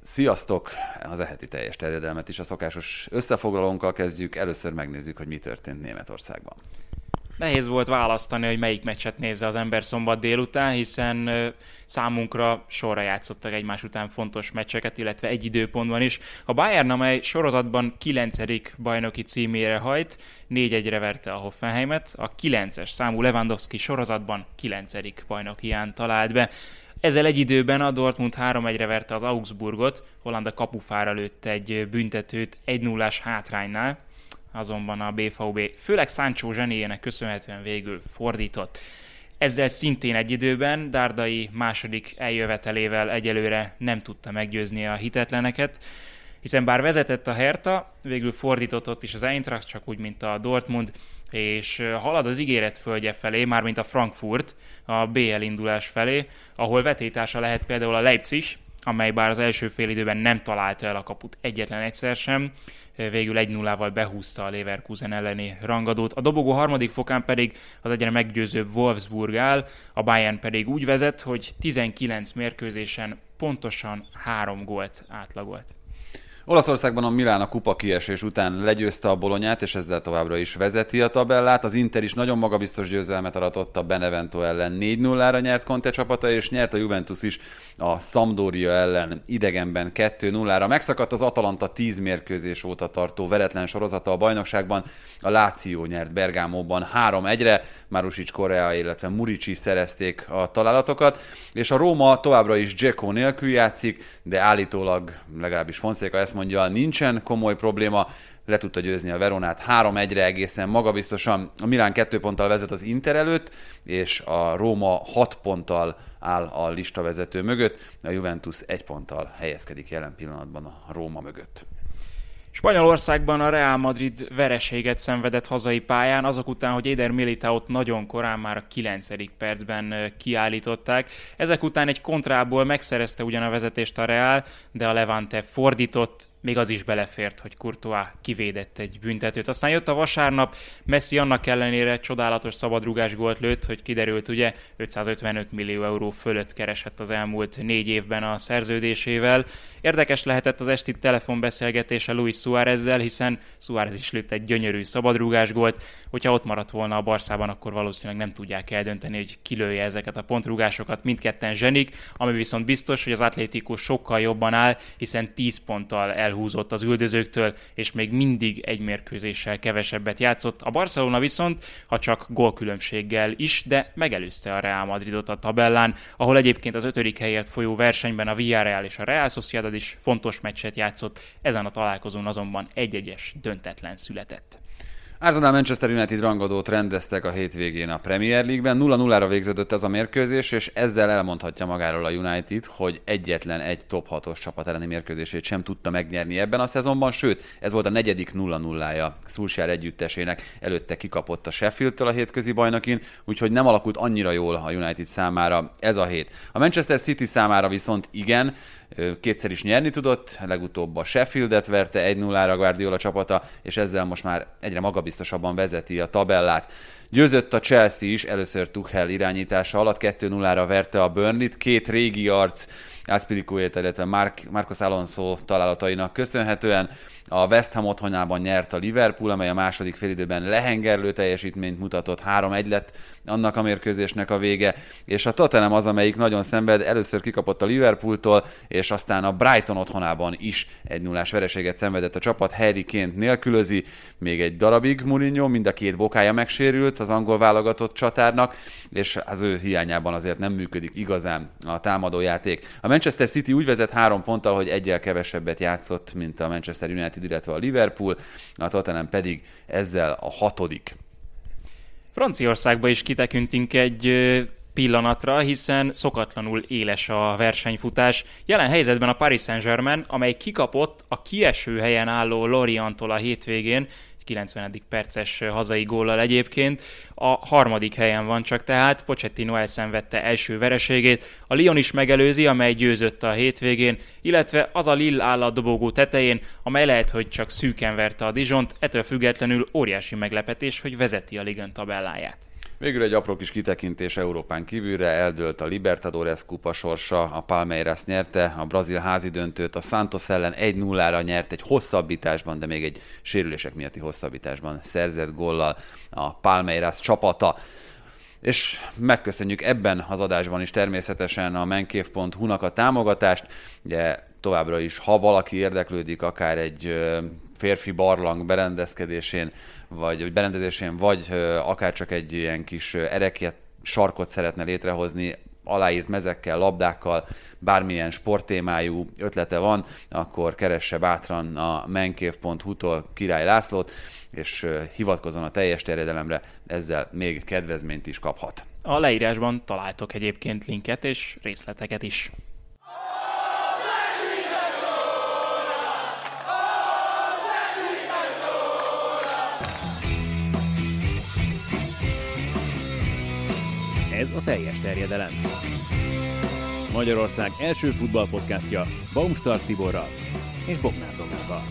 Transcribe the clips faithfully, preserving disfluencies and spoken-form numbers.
Sziasztok! Az e-heti teljes terjedelmet is a szokásos összefoglalónkkal kezdjük. Először megnézzük, hogy mi történt Németországban. Nehéz volt választani, hogy melyik meccset nézze az ember szombat délután, hiszen számunkra sorra játszottak egymás után fontos meccseket, illetve egy időpontban is. A Bayern, amely sorozatban kilencedik bajnoki címére hajt, négy egyre verte a Hoffenheimet, a kilences számú Lewandowski sorozatban kilencedik bajnokián talált be. Ezzel egy időben a Dortmund három egyre verte az Augsburgot, Holland kapufára lőtt egy büntetőt egy nullás hátránynál, azonban a bé vé bé főleg Sancho zsenéjének köszönhetően végül fordított. Ezzel szintén egy időben Dárdai második eljövetelével egyelőre nem tudta meggyőzni a hitetleneket, hiszen bár vezetett a Hertha, végül fordított ott is az Eintracht, csak úgy, mint a Dortmund, és halad az ígéret földje felé, mármint a Frankfurt, a bé el indulás felé, ahol vetétársa lehet például a Leipzig, amely bár az első fél időben nem találta el a kaput egyetlen egyszer sem, végül egy nullával behúzta a Leverkusen elleni rangadót. A dobogó harmadik fokán pedig az egyre meggyőzőbb Wolfsburg áll, a Bayern pedig úgy vezet, hogy tizenkilenc mérkőzésen pontosan három gólt átlagolt. Olaszországban a Milán a kupa kiesés után legyőzte a Bolonyát, és ezzel továbbra is vezeti a tabellát. Az Inter is nagyon magabiztos győzelmet aratott a Benevento ellen, négy nullára nyert Conte csapata, és nyert a Juventus is a Sampdoria ellen idegenben kettő nullára. Megszakadt az Atalanta tíz mérkőzés óta tartó veretlen sorozata a bajnokságban. A Lazio nyert Bergámóban három egyre, Marusic Correa, illetve Murici szerezték a találatokat, és a Róma továbbra is Dzeko nélkül játszik, de állítólag, legalábbis Fonseca ezt mondja, nincsen komoly probléma, le tudta győzni a Veronát három egyre egészen magabiztosan. A Milán kettő ponttal vezet az Inter előtt, és a Róma hat ponttal áll a listavezető mögött, a Juventus egy ponttal helyezkedik jelen pillanatban a Róma mögött. Spanyolországban a Real Madrid vereséget szenvedett hazai pályán, azok után, hogy Eder Militaót nagyon korán, már a kilencedik percben kiállították. Ezek után egy kontrából megszerezte ugyan a vezetést a Real, de a Levante fordított, még az is belefért, hogy Courtois kivédett egy büntetőt. Aztán jött a vasárnap, Messi annak ellenére csodálatos szabadrugás gólt lőtt, hogy kiderült, ugye ötszázötvenöt millió euró fölött keresett az elmúlt négy évben a szerződésével. Érdekes lehetett az esti telefonbeszélgetése Luis Suárezzel, hiszen Suárez is lőtt egy gyönyörű szabadrugás gólt. Hogyha ott maradt volna a Barszában, akkor valószínűleg nem tudják eldönteni, hogy kilője ezeket a pontrúgásokat. Mindketten zsenik, ami viszont biztos, hogy az Atlético sokkal jobban áll, hiszen tíz ponttal el húzott az üldözőktől, és még mindig egy mérkőzéssel kevesebbet játszott. A Barcelona viszont, ha csak gólkülönbséggel is, de megelőzte a Real Madridot a tabellán, ahol egyébként az ötödik helyért folyó versenyben a Villarreal és a Real Sociedad is fontos meccset játszott, ezen a találkozón azonban egy-egyes döntetlen született. Arsenal Manchester United rangadót rendeztek a hétvégén a Premier League-ben. nulla nullára végződött ez a mérkőzés, és ezzel elmondhatja magáról a United, hogy egyetlen egy top hatos csapat elleni mérkőzését sem tudta megnyerni ebben a szezonban, sőt, ez volt a negyedik nulla nullája Solskjaer együttesének, előtte kikapott a Sheffieldtől a hétközi bajnokin, úgyhogy nem alakult annyira jól a United számára ez a hét. A Manchester City számára viszont igen, kétszer is nyerni tudott, legutóbb a Sheffieldet verte egy nullára Guardiola csapata, és ezzel most már egyre magabiztosabban vezeti a tabellát. Győzött a Chelsea is, először Tuchel irányítása alatt, kettő nullára verte a Burnley-t, két régi arc, Azpilicueta, illetve Mark, Marcos Alonso találatainak köszönhetően. A West Ham otthonában nyert a Liverpool, amely a második félidőben lehengerlő teljesítményt mutatott, három egy lett annak a mérkőzésnek a vége, és a Tottenham az, amelyik nagyon szenved, először kikapott a Liverpooltól, és aztán a Brighton otthonában is egy nullás vereséget szenvedett a csapat, Harry Kane nélkülözi, még egy darabig Mourinho, mind a két bokája megsérült az angol válogatott csatárnak, és az ő hiányában azért nem működik igazán a támadójáték. A Manchester City úgy vezet három ponttal, hogy egyel kevesebbet játszott, mint a Manchester United, illetve a Liverpool, a Tottenham pedig ezzel a hatodik. Franciaországba is kitekintünk egy pillanatra, hiszen szokatlanul éles a versenyfutás. Jelen helyzetben a Paris Saint-Germain, amely kikapott a kieső helyen álló Lorienttól a hétvégén, kilencvenedik perces hazai góllal egyébként. A harmadik helyen van csak tehát, Pochettino elszenvedte első vereségét, a Lyon is megelőzi, amely győzött a hétvégén, illetve az a Lille áll a dobogó tetején, amely lehet, hogy csak szűken verte a Dijont, ettől függetlenül óriási meglepetés, hogy vezeti a Ligue egy tabelláját. Végül egy apró kis kitekintés Európán kívülre, eldőlt a Libertadores kupa sorsa, a Palmeiras nyerte a brazil házidöntőt, a Santos ellen egy nullára nyert egy hosszabbításban, de még egy sérülések miatti hosszabbításban szerzett góllal a Palmeiras csapata. És megköszönjük ebben az adásban is természetesen a menkév pont hu-nak a támogatást. Ugye továbbra is, ha valaki érdeklődik akár egy férfi barlang berendezkedésén, vagy berendezésén, vagy akár csak egy ilyen kis erekje sarkot szeretne létrehozni, aláírt mezekkel, labdákkal, bármilyen sporttémájú ötlete van, akkor keresse bátran a menkév pont hu-tól Király Lászlót, és hivatkozzon a teljes terjedelemre, ezzel még kedvezményt is kaphat. A leírásban találtok egyébként linket és részleteket is. Ez a teljes terjedelem. Magyarország első futballpodcastja Baumstark Tiborral és Bognár Domával.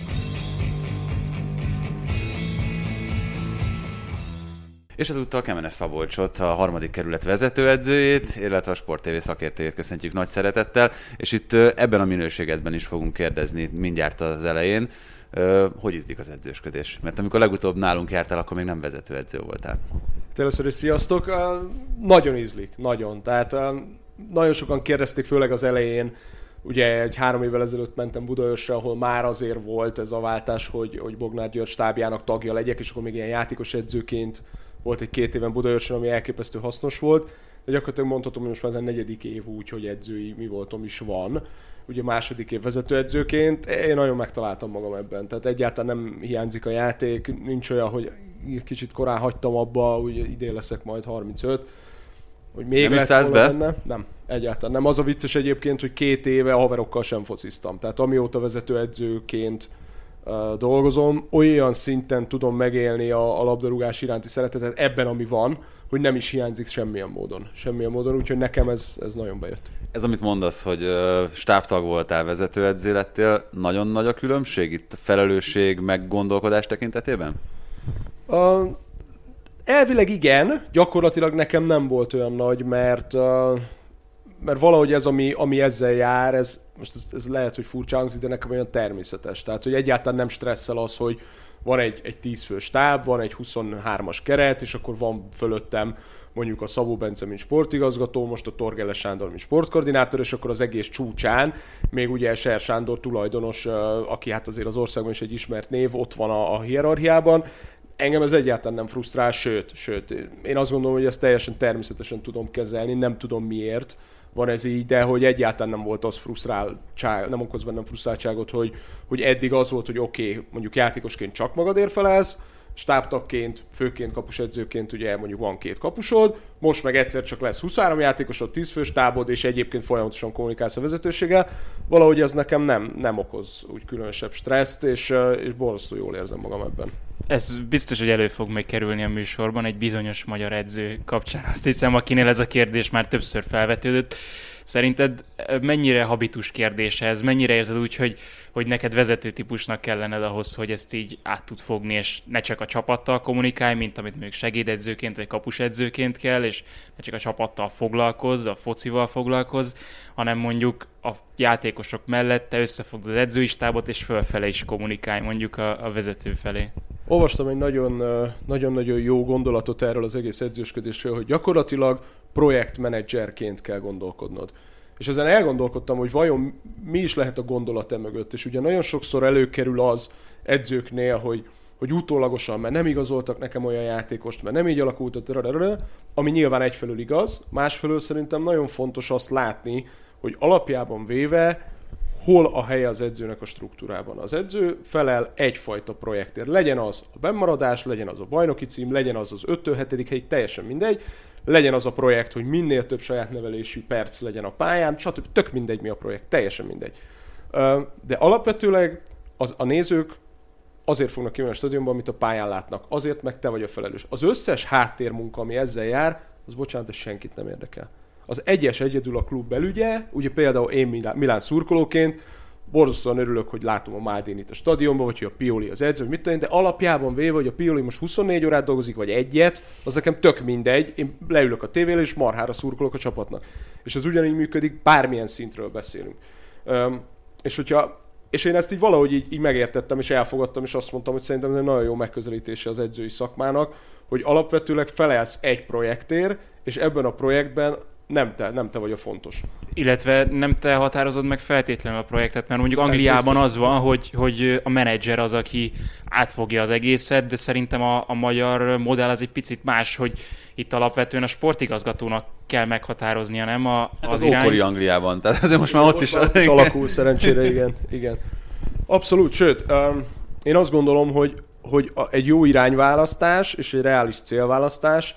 És ezúttal Kemenes Szabolcsot, a harmadik kerület vezetőedzőjét, illetve a Sport té vé szakértőjét köszöntjük nagy szeretettel, és itt ebben a minőségedben is fogunk kérdezni mindjárt az elején, hogy izdik az edzősködés? Mert amikor legutóbb nálunk jártál, akkor még nem vezetőedző voltál. Először is sziasztok! Nagyon ízlik, nagyon. Tehát nagyon sokan kérdezték, főleg az elején, ugye egy három évvel ezelőtt mentem Budaörsre, ahol már azért volt ez a váltás, hogy, hogy Bognár György stábjának tagja legyek, és akkor még ilyen játékos edzőként volt egy két éven Budaörsön, ami elképesztő hasznos volt. De gyakorlatilag mondhatom, hogy most már ez a negyedik év úgy, hogy edzői mi voltom is van. Ugye második év vezetőedzőként, én nagyon megtaláltam magam ebben. Tehát egyáltalán nem hiányzik a játék, nincs olyan, hogy kicsit korán hagytam abba, ugye idén leszek majd harmincöt, hogy még nem lett volna be? Benne. Nem, egyáltalán nem. Az a vicces egyébként, hogy két éve a haverokkal sem fociztam. Tehát amióta vezetőedzőként uh, dolgozom, olyan szinten tudom megélni a, a labdarúgás iránti szeretetet ebben, ami van, hogy nem is hiányzik semmilyen módon. Semmilyen módon, úgyhogy nekem ez, ez nagyon bejött. Ez, amit mondasz, hogy uh, stábtag voltál, vezetőedző lettél, nagyon nagy a különbség itt a felelősség, meg gondolkodás tekintetében? Uh, elvileg igen, gyakorlatilag nekem nem volt olyan nagy, mert, uh, mert valahogy ez, ami, ami ezzel jár, ez, most ez, ez lehet, hogy furcsa hangzik, de nekem olyan természetes. Tehát, hogy egyáltalán nem stresszel az, hogy van egy, egy tízfős stáb, van egy huszonhármas keret, és akkor van fölöttem mondjuk a Szabó Bence, mint sportigazgató, most a Torgelle Sándor, mint sportkoordinátor, és akkor az egész csúcsán még ugye Ser Sándor tulajdonos, aki hát azért az országban is egy ismert név, ott van a, a hierarchiában. Engem ez egyáltalán nem frusztrál, sőt, sőt, én azt gondolom, hogy ezt teljesen természetesen tudom kezelni, nem tudom miért van ez így, de hogy egyáltalán nem volt az frusztráltság, nem okoz bennem frusztráltságot, hogy, hogy eddig az volt, hogy oké, okay, mondjuk játékosként csak magadért felelsz, stábtagként, főként kapusedzőként ugye mondjuk van két kapusod, most meg egyszer csak lesz huszonhárom játékosod, tíz fős stábod, és egyébként folyamatosan kommunikálsz a vezetőséggel. Valahogy ez nekem nem, nem okoz úgy különösebb stresszt, és, és borzasztó jól érzem magam ebben. Ez biztos, hogy elő fog még kerülni a műsorban egy bizonyos magyar edző kapcsán. Azt hiszem, akinél ez a kérdés már többször felvetődött. Szerinted mennyire habitus kérdése ez? Mennyire érzed úgy, hogy, hogy neked vezető típusnak kell lenned ahhoz, hogy ezt így át tud fogni, és ne csak a csapattal kommunikálj, mint amit mondjuk segédedzőként vagy kapusedzőként kell, és ne csak a csapattal foglalkozz, a focival foglalkozz, hanem mondjuk a játékosok mellett te összefogd az edzői stábot, és fölfele is kommunikálj mondjuk a, a vezető felé. Olvastam egy nagyon-nagyon jó gondolatot erről az egész edzősködésről, hogy gyakorlatilag projektmenedzserként kell gondolkodnod. És ezen elgondolkodtam, hogy vajon mi is lehet a gondolat emögött, és ugye nagyon sokszor előkerül az edzőknél, hogy, hogy utólagosan, mert nem igazoltak nekem olyan játékost, mert nem így alakult, ami nyilván egyfelől igaz, másfelől szerintem nagyon fontos azt látni, hogy alapjában véve hol a helye az edzőnek a struktúrában. Az edző felel egyfajta projektért. Legyen az a bennmaradás, legyen az a bajnoki cím, legyen az az öttől hetedik hely, teljesen mindegy. Legyen az a projekt, hogy minél több saját nevelésű perc legyen a pályán, stb. Tök mindegy mi a projekt, teljesen mindegy. De alapvetőleg az, a nézők azért fognak kijönni a stadionban, amit a pályán látnak. Azért meg te vagy a felelős. Az összes háttérmunka, ami ezzel jár, az bocsánat, hogy senkit nem érdekel. Az egyes egyedül a klub belügye, ugye például én Milán, Milán szurkolóként borzasztóan örülök, hogy látom a Maldinit a stadionban, vagy hogy a Pioli az edző, vagy mit tudom, de alapjában véve, hogy a Pioli most huszonnégy órát dolgozik, vagy egyet, az nekem tök mindegy, én leülök a tévére, és marhára szurkolok a csapatnak. És ez ugyanígy működik, bármilyen szintről beszélünk. Um, és hogyha És én ezt így valahogy így, így megértettem, és elfogadtam, és azt mondtam, hogy szerintem ez egy nagyon jó megközelítése az edzői szakmának, hogy alapvetőleg felelsz egy projektért, és ebben a projektben nem te, nem te vagy a fontos. Illetve nem te határozod meg feltétlenül a projektet, mert mondjuk Angliában az van, hogy, hogy a menedzser az, aki átfogja az egészet, de szerintem a, a magyar modell az egy picit más, hogy itt alapvetően a sportigazgatónak kell meghatároznia, nem a, az, az az irányt. Ókori Angliában, tehát azért most már ott most is... Már ott is alakul szerencsére, igen, igen. Abszolút, sőt, um, én azt gondolom, hogy, hogy a, egy jó irányválasztás és egy reális célválasztás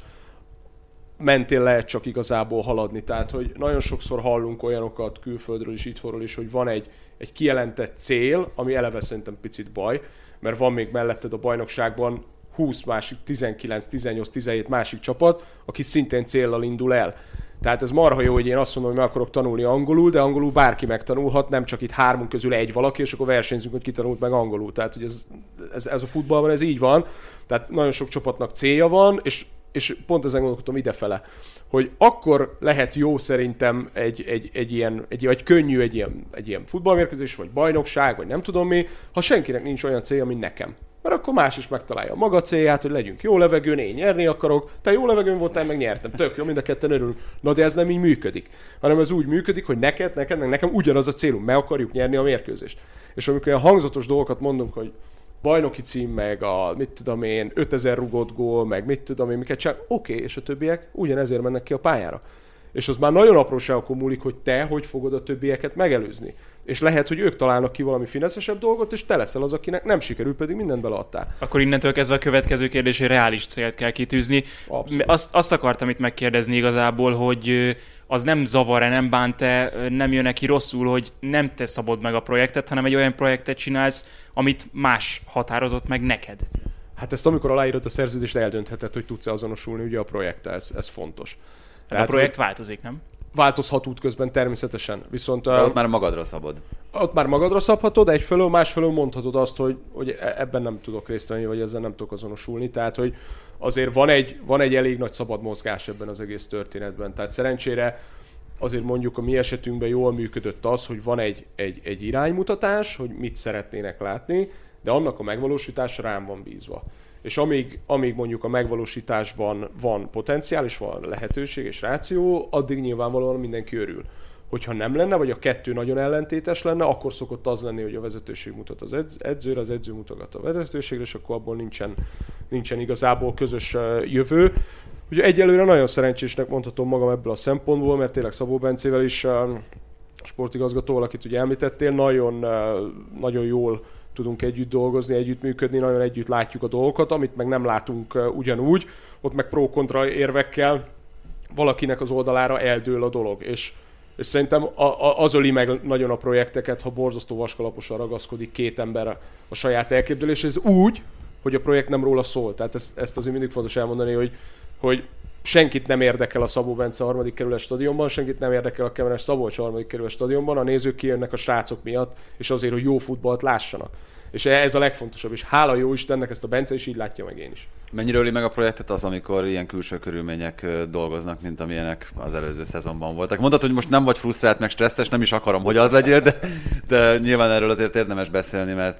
mentén lehet csak igazából haladni. Tehát, hogy nagyon sokszor hallunk olyanokat külföldről is, itthonról is, hogy van egy, egy kijelentett cél, ami eleve szerintem picit baj, mert van még melletted a bajnokságban húsz másik, tizenkilenc, tizennyolc, tizenhét másik csapat, aki szintén céllal indul el. Tehát ez marha jó, hogy én azt mondom, hogy meg akarok tanulni angolul, de angolul bárki megtanulhat, nem csak itt hármunk közül egy valaki, és akkor versenyzünk, hogy kitanult meg angolul. Tehát hogy ez, ez, ez a futballban ez így van. Tehát nagyon sok csapatnak célja van, és, és pont ezen gondolkodtam idefele, hogy akkor lehet jó szerintem egy, egy, egy ilyen, egy, vagy könnyű egy ilyen, egy ilyen futballmérkőzés, vagy bajnokság, vagy nem tudom mi, ha senkinek nincs olyan célja, mint nekem. Mert akkor más is megtalálja a maga célját, hogy legyünk jó levegőn, én nyerni akarok, te jó levegőn voltál, meg nyertem, tök jó, mind a ketten örülünk. Na de ez nem így működik, hanem ez úgy működik, hogy neked, neked, meg nekem ugyanaz a célunk, meg akarjuk nyerni a mérkőzést. És amikor ilyen hangzatos dolgokat mondunk, hogy bajnoki cím, meg a mit tudom én, ötezer rugott gól, meg mit tudom én, miket csak, oké, okay, és a többiek ugyanezért mennek ki a pályára. És az már nagyon apróságokon múlik, hogy te hogy fogod a többieket megelőzni. És lehet, hogy ők találnak ki valami fineszesebb dolgot, és te leszel az, akinek nem sikerül, pedig mindent beleadtál. Akkor innentől kezdve a következő kérdés, hogy reális célt kell kitűzni. Azt, azt akartam itt megkérdezni igazából, hogy az nem zavar-e, nem bánt-e, nem jön neki rosszul, hogy nem te szabod meg a projektet, hanem egy olyan projektet csinálsz, amit más határozott meg neked. Hát ezt amikor aláírod a szerződést, eldöntheted, hogy tudsz-e azonosulni ugye a projekttel, ez, ez fontos. Hát tehát, a projekt változik, nem? Változhat útközben természetesen, viszont... De ott már magadra szabad. Ott már magadra szabhatod, egyfelől, másfelől mondhatod azt, hogy, hogy ebben nem tudok részt venni, vagy ezzel nem tudok azonosulni. Tehát, hogy azért van egy, van egy elég nagy szabad mozgás ebben az egész történetben. Tehát szerencsére azért mondjuk a mi esetünkben jól működött az, hogy van egy, egy, egy iránymutatás, hogy mit szeretnének látni, de annak a megvalósítása rám van bízva. És amíg, amíg mondjuk a megvalósításban van potenciál, és van lehetőség és ráció, addig nyilvánvalóan mindenki örül. Hogyha nem lenne, vagy a kettő nagyon ellentétes lenne, akkor szokott az lenni, hogy a vezetőség mutat az edz- edzőre, az edző mutogat a vezetőségre, és akkor abból nincsen, nincsen igazából közös jövő. Ugye egyelőre nagyon szerencsésnek mondhatom magam ebből a szempontból, mert tényleg Szabó Bencével is, a sportigazgatóval, akit ugye említettél, nagyon, nagyon jól tudunk együtt dolgozni, együtt működni, nagyon együtt látjuk a dolgokat, amit meg nem látunk uh, ugyanúgy, ott meg pro-kontra érvekkel valakinek az oldalára eldől a dolog. És, és szerintem a, a, az öli meg nagyon a projekteket, ha borzasztó vaskalaposan ragaszkodik két ember a, a saját elképzeléshez, úgy, hogy a projekt nem róla szól. Tehát ezt, ezt azért mindig fontos elmondani, hogy, hogy senkit nem érdekel a Szabó Bence harmadik kerület stadionban, senkit nem érdekel a Kemenes Szabolcs harmadik kerület stadionban, a nézők kijönnek a srácok miatt, és azért, hogy jó futballt lássanak. És ez a legfontosabb, és hála jó Istennek ezt a Bence is így látja meg én is. Mennyire öli meg a projektet az, amikor ilyen külső körülmények dolgoznak, mint amilyenek az előző szezonban voltak? Mondtad, hogy most nem vagy frusztrált, meg stresszes, nem is akarom, hogy az legyél, de, de nyilván erről azért érdemes beszélni, mert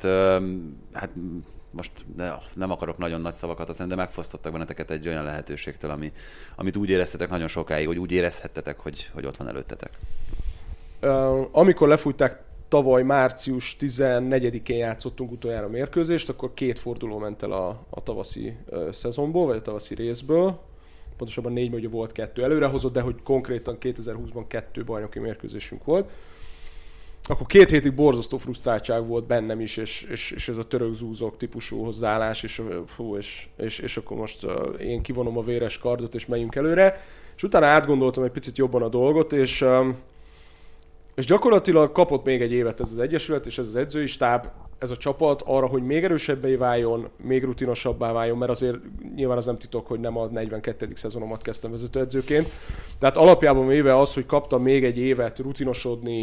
hát most nem akarok nagyon nagy szavakat használni, de megfosztottak benneteket egy olyan lehetőségtől, ami, amit úgy éreztetek nagyon sokáig, hogy úgy érezhettetek, hogy, hogy ott van előttetek. Uh, amikor lefújták tavaly március tizennegyedikén játszottunk utoljára mérkőzést, akkor két forduló ment el a, a tavaszi uh, szezonból, vagy a tavaszi részből. Pontosabban négy, ugye volt kettő előrehozott, de hogy konkrétan kétezer-húszban kettő bajnoki mérkőzésünk volt. Akkor két hétig borzasztó frusztráltság volt bennem is, és, és, és ez a török zúzok típusú hozzáállás, és, hú, és, és, és akkor most uh, én kivonom a véres kardot, és megyünk előre. És utána átgondoltam egy picit jobban a dolgot, és, um, és gyakorlatilag kapott még egy évet ez az egyesület, és ez az edzői stáb, ez a csapat arra, hogy még erősebbé váljon, még rutinosabbá váljon, mert azért nyilván az nem titok, hogy nem a negyvenkettedik szezonomat kezdtem vezetőedzőként. Tehát alapjában véve az, hogy kaptam még egy évet rutinosodni,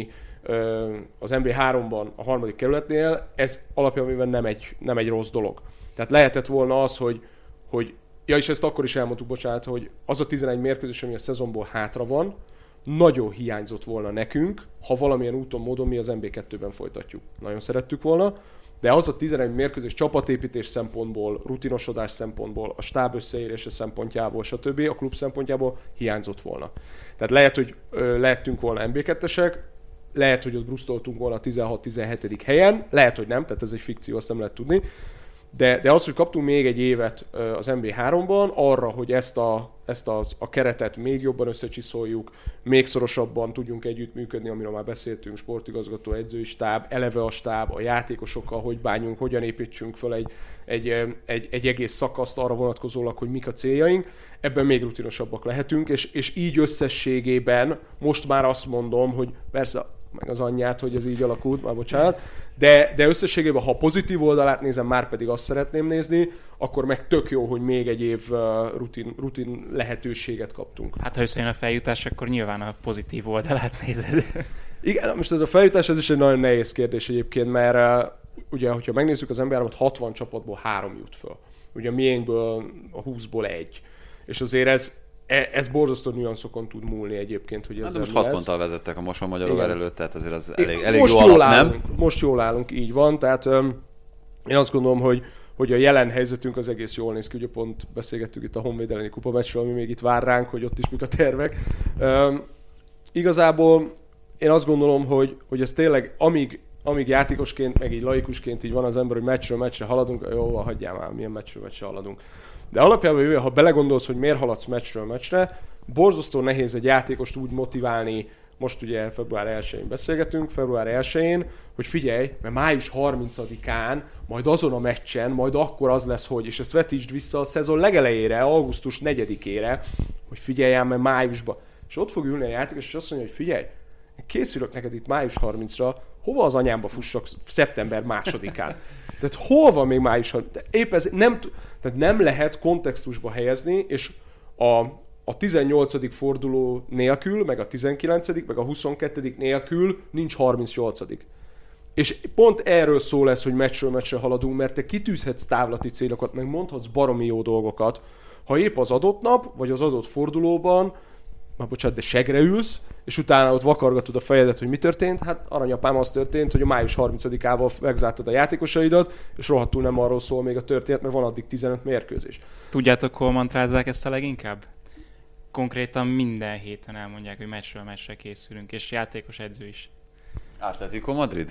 az en bé háromban a harmadik kerületnél, ez alapjában nem egy, nem egy rossz dolog. Tehát lehetett volna az, hogy, hogy ja, és ezt akkor is elmondtuk, bocsánat, hogy az a tizenegy mérkőzés, ami a szezonból hátra van, nagyon hiányzott volna nekünk, ha valamilyen úton, módon mi az en bé kettőben folytatjuk. Nagyon szerettük volna, de az a tizenegy mérkőzés csapatépítés szempontból, rutinosodás szempontból, a stáb összeérése szempontjából, stb. A klub szempontjából hiányzott volna. Tehát lehet, hogy ö, lehettünk volna en bé kettesek, lehet, hogy ott brusztoltunk volna a tizenhat-tizenhetedik helyen, lehet, hogy nem, tehát ez egy fikció, azt nem lehet tudni. De, de az, hogy kaptunk még egy évet az en bé háromban arra, hogy ezt, a, ezt a, a keretet még jobban összecsiszoljuk, még szorosabban tudjunk együttműködni, amiről már beszéltünk, sportigazgató, edzői stáb, eleve a stáb, a játékosokkal, hogy bánjunk, hogyan építsünk föl egy, egy, egy, egy egész szakaszt arra vonatkozólag, hogy mik a céljaink, ebben még rutinosabbak lehetünk, és, és így összességében most már azt mondom, hogy persze meg az anyját, hogy ez így alakult, már bocsánat, de, de összességében, ha pozitív oldalát nézem, már pedig azt szeretném nézni, akkor meg tök jó, hogy még egy év rutin, rutin lehetőséget kaptunk. Hát ha összejön a feljutás, akkor nyilván a pozitív oldalát nézed. Igen, most ez a feljutás, ez is egy nagyon nehéz kérdés egyébként, mert ugye, hogyha megnézzük az en bé hármat, hatvan csapatból három jut föl. Ugye a miénkből a húszból egy. És azért ez Ez borzasztó nüanszokon tud múlni egyébként, hogy ez hát most hat ponttal vezettek a Mosonmagyaróvár előtt, tehát azért az elég, é, elég most jó jól alap, állunk, nem? Most jól állunk, így van, tehát um, én azt gondolom, hogy, hogy a jelen helyzetünk az egész jól néz ki, ugye pont beszélgettük itt a Honvéd elleni kupameccsről, ami még itt vár ránk, hogy ott is mik a tervek. Um, igazából én azt gondolom, hogy, hogy ez tényleg, amíg, amíg játékosként, meg így laikusként így van az ember, hogy meccsről meccsre haladunk, jó, hagyjál már, milyen meccsről meccsre haladunk. De alapjában, ha belegondolsz, hogy miért haladsz meccsről meccsre, borzasztó nehéz egy játékost úgy motiválni, most ugye február elsején beszélgetünk, február elsején, hogy figyelj, mert május harmincadikán, majd azon a meccsen, majd akkor az lesz, hogy, és ezt vetítsd vissza a szezon legelejére, augusztus negyedikére, hogy figyeljál, mert májusban. És ott fog ülni a játékos, és azt mondja, hogy figyelj, készülök neked itt május harmincadikra, hova az anyámba fussak szeptember másodikán? Tehát hol van még május harmincadika? Épp ez nem, tehát nem lehet kontextusba helyezni, és a, a tizennyolcadik forduló nélkül, meg a tizenkilencedik meg a huszonkettedik nélkül nincs harmincnyolcadik És pont erről szól ez, hogy meccsről meccsre haladunk, mert te kitűzhetsz távlati célokat, meg mondhatsz baromi jó dolgokat, ha épp az adott nap, vagy az adott fordulóban, már bocsánat, de segre ülsz, és utána ott vakargatod a fejedet, hogy mi történt. Hát aranyapám, az történt, hogy a május harmincadikával megzártad a játékosaidat, és rohadtul nem arról szól még a történet, mert van addig tizenöt mérkőzés. Tudjátok, hol mantrázzák ezt a leginkább? Konkrétan minden héten elmondják, hogy meccsről meccsre készülünk, és játékos edző is. Atletico Madrid?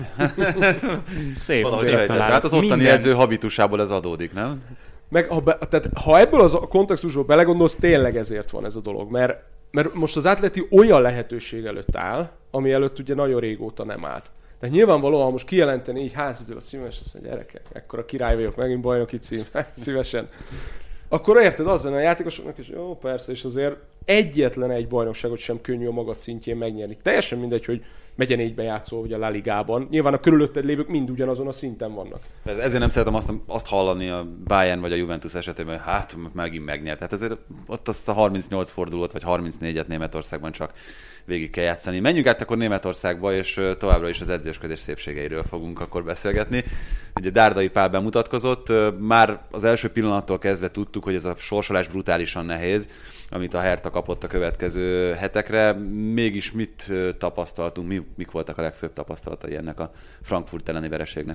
Szép. Valahogy sejtett. Tehát az ottani minden... edző habitusából ez adódik, nem? Meg, ha, be, tehát, ha ebből az a kontextusból belegondolsz, tényleg ezért van ez a dolog, mert Mert most az Atleti olyan lehetőség előtt áll, ami előtt ugye nagyon régóta nem állt. Tehát nyilvánvalóan, ha most kijelenteni így házadől a szíves, azt mondja, gyerekek, ekkora király vagyok, megint bajnoki cím, szívesen. Akkor érted, az lenne a játékosoknak, és jó, persze, és azért egyetlen egy bajnokságot sem könnyű a magad szintjén megnyerni. Teljesen mindegy, hogy megye négyben játszol, vagy a La Ligában. Nyilván a körülötted lévők mind ugyanazon a szinten vannak. Persze, ezért nem szeretem azt, azt hallani a Bayern vagy a Juventus esetében, hogy hát megint megnyert. Tehát ezért ott azt a harmincnyolc fordulót, vagy harmincnégyet Németországban csak végig kell játszani. Menjünk át akkor Németországba, és továbbra is az edzősködés szépségeiről fogunk akkor beszélgetni. Ugye Dárdai Pál bemutatkozott, már az első pillanattól kezdve tudtuk, hogy ez a sorsolás brutálisan nehéz, amit a Hertha kapott a következő hetekre. Mégis mit tapasztaltunk, mi, mik voltak a legfőbb tapasztalatai ennek a Frankfurt elleni vereségnek?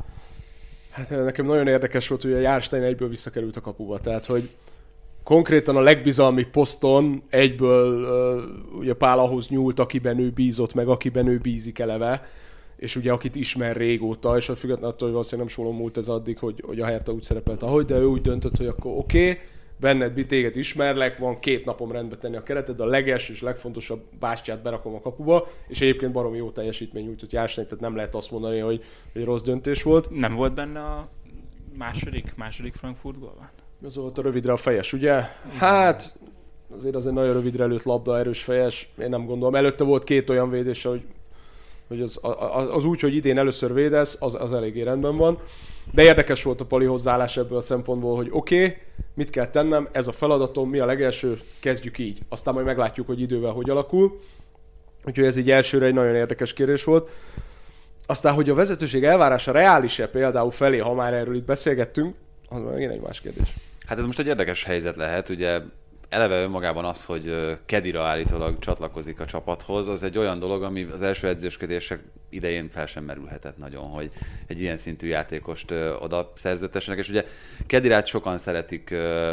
Hát nekem nagyon érdekes volt, hogy a Jahrstein egyből visszakerült a kapuba, tehát hogy konkrétan a legbizalmi poszton egyből uh, ugye Pál ahhoz nyúlt, akiben ő bízott, meg akiben ő bízik eleve, és ugye akit ismer régóta, és függetlenül attól, hogy valószínűleg nem sólom múlt ez addig, hogy, hogy a Hertha úgy szerepelt ahogy, de ő úgy döntött, hogy akkor oké, okay, benned téged ismerlek, van két napom rendbe tenni a kereted, a leges és legfontosabb bástyát berakom a kapuba, és egyébként baromi jó teljesítmény nyújtott Jahrstein, tehát nem lehet azt mondani, hogy egy rossz döntés volt. Nem volt benne a második, második Frankfurt gólban? Az volt a rövidre a fejes, ugye? Hát azért az egy nagyon rövidre előtt labda, erős fejes, én nem gondolom. Előtte volt két olyan védés, hogy, hogy az, az, az úgy, hogy idén először védesz, az, az eléggé rendben van. De érdekes volt a Pali hozzáállás ebből a szempontból, hogy oké, okay, mit kell tennem, ez a feladatom, mi a legelső, kezdjük így. Aztán majd meglátjuk, hogy idővel hogy alakul. Úgyhogy ez így elsőre egy nagyon érdekes kérdés volt. Aztán, hogy a vezetőség elvárása reális-e például felé, ha már erről itt beszélgettünk, az megint egy más kérdés. Hát ez most egy érdekes helyzet lehet, ugye eleve önmagában az, hogy Kedira állítólag csatlakozik a csapathoz, az egy olyan dolog, ami az első edzősködések idején fel sem merülhetett nagyon, hogy egy ilyen szintű játékost oda szerződtessenek, és ugye Kedirát sokan szeretik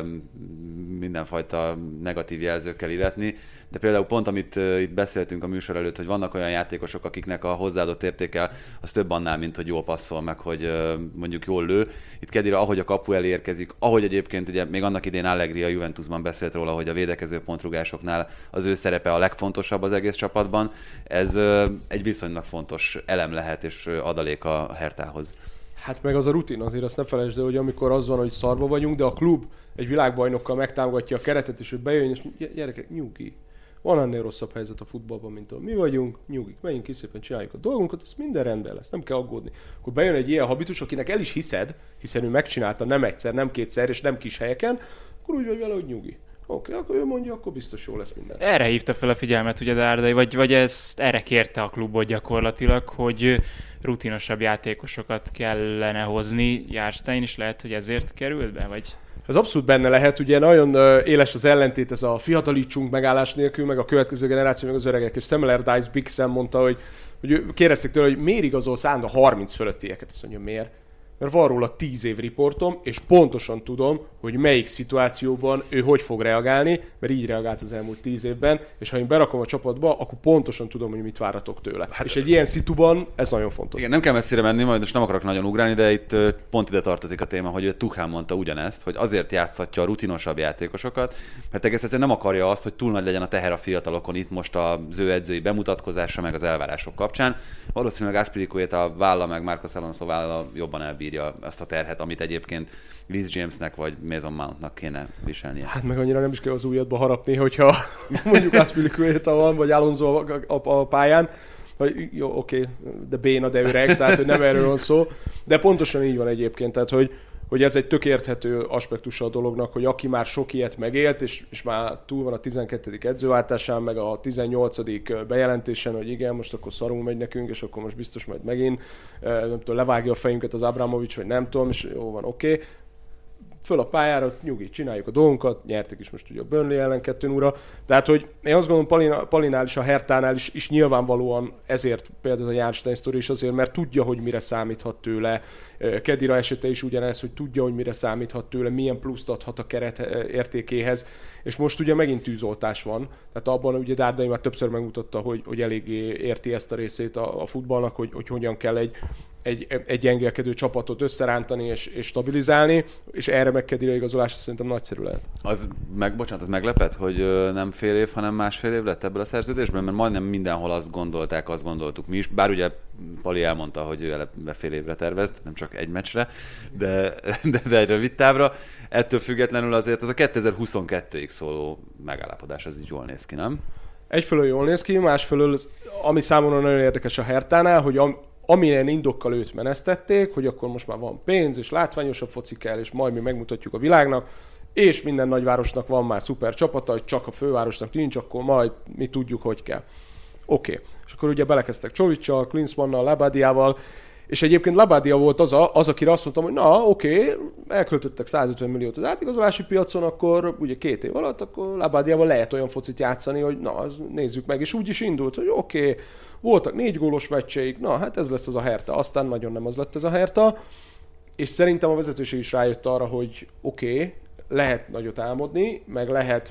mindenfajta negatív jelzőkkel illetni, de például pont, amit itt beszéltünk a műsor előtt, hogy vannak olyan játékosok, akiknek a hozzáadott értéke az több annál, mint hogy jól passzol, meg hogy mondjuk jól lő. Itt Kedira, ahogy a kapu elé érkezik, ahogy egyébként ugye még annak idén Allegri a Juventusban beszélt róla, hogy a védekező pontrugásoknál az ő szerepe a legfontosabb az egész csapatban, ez egy viszonylag fontos elem lehet és adalék a Hertához. Hát meg az a rutin, azért azt ne felejtsd el, hogy amikor az van, hogy szarba vagyunk, de a klub egy világbajnokkal megtámogatja a keretet, és ő bejön, és gyerekek, nyugi. Van ennél rosszabb helyzet a futballban, mint a mi vagyunk, nyugik, menjünk ki szépen, csináljuk a dolgunkat, az minden rendben lesz, nem kell aggódni. Akkor bejön egy ilyen habitus, akinek el is hiszed, hiszen ő megcsinálta nem egyszer, nem kétszer, és nem kis helyeken, akkor úgy vagy vele, hogy nyugi. Oké, okay, akkor ő mondja, akkor biztos jó lesz minden. Erre hívta fel a figyelmet ugye Dárdai, vagy, vagy ezt erre kérte a klubot gyakorlatilag, hogy rutinosabb játékosokat kellene hozni. Járstein is lehet, hogy ezért került be, vagy... Ez abszolút benne lehet, ugye nagyon éles az ellentét, ez a fiatalítsunk megállás nélkül, meg a következő generáció, meg az öregek, és Sam Allardyce Big Sam mondta, hogy, hogy kérdezték tőle, hogy miért igazol Szándra harminc fölöttieket, azt mondja, miért? Mert van róla tíz év riportom, és pontosan tudom, hogy melyik szituációban ő hogy fog reagálni, mert így reagált az elmúlt tíz évben, és ha én berakom a csapatba, akkor pontosan tudom, hogy mit váratok tőle. Hát, és egy ilyen szituban ez nagyon fontos. Igen, nem kell messzire menni, majd most nem akarok nagyon ugrálni, de itt pont ide tartozik a téma, hogy Tuchel mondta ugyanezt, hogy azért játszatja a rutinosabb játékosokat, mert egész egyszerűen nem akarja azt, hogy túl nagy legyen a teher a fiatalokon itt most az ő edzői bemutatkozása, meg az elvárások kapcsán. Valószínűleg Azpilicueta a válla, meg Marcos Alonso válla jobban elbírja azt a terhet, amit egyébként Reece Jamesnek vagy Mason Mountnak kéne viselnie. Hát meg annyira nem is kell az ujjadba harapni, hogyha mondjuk Azpilicueta van, vagy Alonso a, a, a pályán, hogy jó, oké, okay, de béna, de öreg, tehát hogy nem erről van szó. De pontosan így van egyébként, tehát hogy, hogy ez egy tök érthető aspektusa a dolognak, hogy aki már sok ilyet megélt, és, és már túl van a tizenkettedik edzőváltásán, meg a tizennyolcadik bejelentésen, hogy igen, most akkor szarul megy nekünk, és akkor most biztos majd megint, nem tudom, levágja a fejünket az Abramovics, vagy nem tudom, és jó van, oké. Okay. Föl a pályára, nyugi, csináljuk a dolgunkat, nyertek is most ugye a Burnley ellen kettő nulla. Tehát, hogy én azt gondolom, Palina, Palinál is, a Hertánál is, is nyilvánvalóan ezért például a Járstein sztori is azért, mert tudja, hogy mire számíthat tőle. Kedira esete is ugyanez, hogy tudja, hogy mire számíthat tőle, milyen pluszt adhat a keret értékéhez. És most ugye megint tűzoltás van. Tehát abban ugye Dárdai már többször megmutatta, hogy, hogy eléggé érti ezt a részét a, a futballnak, hogy, hogy hogyan kell egy Egy, egy gyengélkedő csapatot összerántani és, és stabilizálni, és erre meg Kedira igazolása szerintem nagyszerű lehet. Az meg, bocsánat, az meglepett, hogy nem fél év, hanem másfél év lett ebből a szerződésben, mert majdnem mindenhol azt gondolták, azt gondoltuk mi is, bár ugye Pali elmondta, hogy ő eleve fél évre tervez, nem csak egy meccsre, de, de, de egy rövid távra. Ettől függetlenül azért az a kétezer-huszonkettőig szóló megállapodás, az így jól néz ki, nem? Egyfelől jól néz ki, másfelől, ami számomra nagyon érdekes a Hertánál, hogy am, amilyen indokkal őt menesztették, hogy akkor most már van pénz, és látványosabb foci kell, és majd mi megmutatjuk a világnak, és minden nagyvárosnak van már szuper csapata, hogy csak a fővárosnak nincs, akkor majd mi tudjuk, hogy kell. Oké. Okay. És akkor ugye belekezdtek Csovicsal, Klinsmannnal, Labadiával, és egyébként Labadia volt az, a, az akire azt mondtam, hogy na oké, okay, elköltöttek százötven milliót az átigazolási piacon, akkor ugye két év alatt, akkor Labadiával lehet olyan focit játszani, hogy na, nézzük meg, és úgy is indult, hogy oké, okay, voltak négy gólos meccseik, na hát ez lesz az a Hertha, aztán nagyon nem az lett ez a Hertha, és szerintem a vezetőség is rájött arra, hogy oké, okay, lehet nagyot álmodni, meg lehet,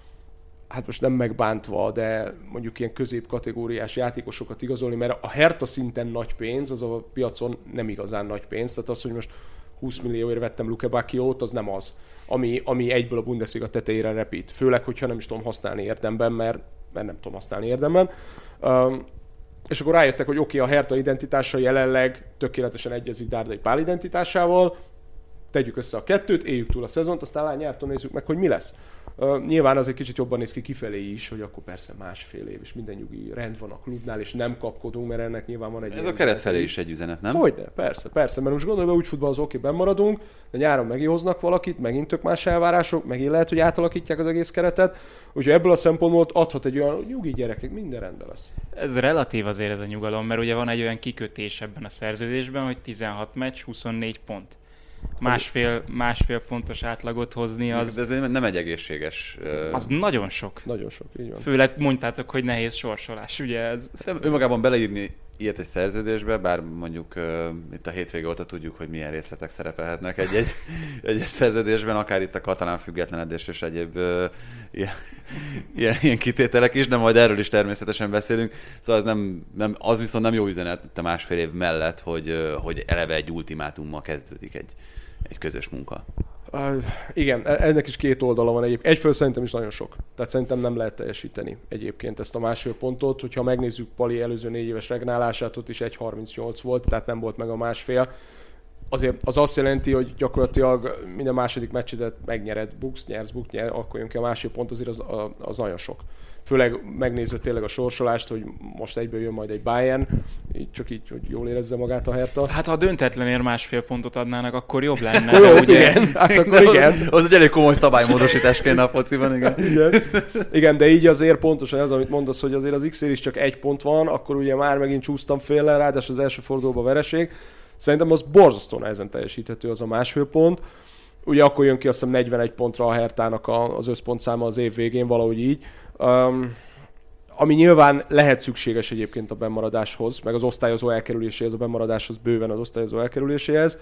hát most nem megbántva, de mondjuk ilyen középkategóriás játékosokat igazolni, mert a Hertha szinten nagy pénz, az a piacon nem igazán nagy pénz, tehát az, hogy most húsz millióért vettem Luke Bacchiót, az nem az, ami, ami egyből a Bundesliga tetejére repít, főleg, hogyha nem is tudom használni érdemben, mert, mert nem tudom használni érdemben. Um, és akkor rájöttek, hogy oké, okay, a Hertha identitása jelenleg tökéletesen egyezik Dárdai Pál identitásával, tegyük össze a kettőt, éljük túl a szezont, aztán nyártól nézzük meg, hogy mi lesz. Uh, nyilván az egy kicsit jobban néz ki kifelé is, hogy akkor persze másfél év, és minden nyugi rend van a klubnál, és nem kapkodunk, mert ennek nyilván van egy... Ez a keret felé is egy üzenet, nem? Hogyne, persze, persze, mert most gondolj be, úgy futball az oké, benn maradunk, de nyáron megihoznak valakit, megint tök más elvárások, megint lehet, hogy átalakítják az egész keretet, úgyhogy ebből a szempontból adhat egy olyan nyugi gyerekek, minden rendben lesz. Ez relatív azért ez a nyugalom, mert ugye van egy olyan kikötés ebben a szerződésben, hogy tizenhat meccs, huszonnégy pont. Másfél, másfél pontos átlagot hozni az... De ez nem egy egészséges... Uh... Az nagyon sok. Nagyon sok, így van. Főleg mondtátok, hogy nehéz sorsolás, ugye ez... Szerintem önmagában beleírni ilyet egy szerződésbe, bár mondjuk uh, itt a hétvége óta tudjuk, hogy milyen részletek szerepelhetnek egy-egy, egy-egy szerződésben, akár itt a katalán függetlenedés és egyéb uh, ilyen, ilyen, ilyen kitételek is, de majd erről is természetesen beszélünk. Szóval az, nem, nem, az viszont nem jó üzenet a másfél év mellett, hogy, uh, hogy eleve egy ultimátummal kezdődik egy, egy közös munka. Uh, igen, ennek is két oldala van egyébként. Egyfelől szerintem is nagyon sok. Tehát szerintem nem lehet teljesíteni egyébként ezt a másfél pontot. Hogyha megnézzük Pali előző négy éves regnálását, ott is egy harmincnyolc volt, tehát nem volt meg a másfél. Azért az azt jelenti, hogy gyakorlatilag minden második meccsedet megnyered, buksz, nyersz, buksz, nyer, akkor jön ki a másfél pont, azért az, az nagyon sok. Főleg megnézve tényleg a sorsolást, hogy most egyből jön majd egy Bayern, így csak így, hogy jól érezze magát a Hertha. Hát ha a döntetlenért másfél pontot adnának, akkor jobb lenne. Jó, ugye... igen, hát akkor igen. Az, az egy elég komoly szabálymódosítás kéne a fociban, igen. igen. Igen, de így azért pontosan ez, amit mondasz, hogy azért az X-ér is csak egy pont van, akkor ugye már megint csúsztam féllel, ráadásul az első fordulóban vereség. Szerintem az borzasztóan ezen teljesíthető az a másfél pont. Ugye akkor jön ki azt hiszem negyvenegy pontra a Hertának az összpontszáma az év végén, valahogy így. Um, ami nyilván lehet szükséges egyébként a bennmaradáshoz, meg az osztályozó elkerüléséhez, a bennmaradáshoz bőven az osztályozó elkerüléséhez.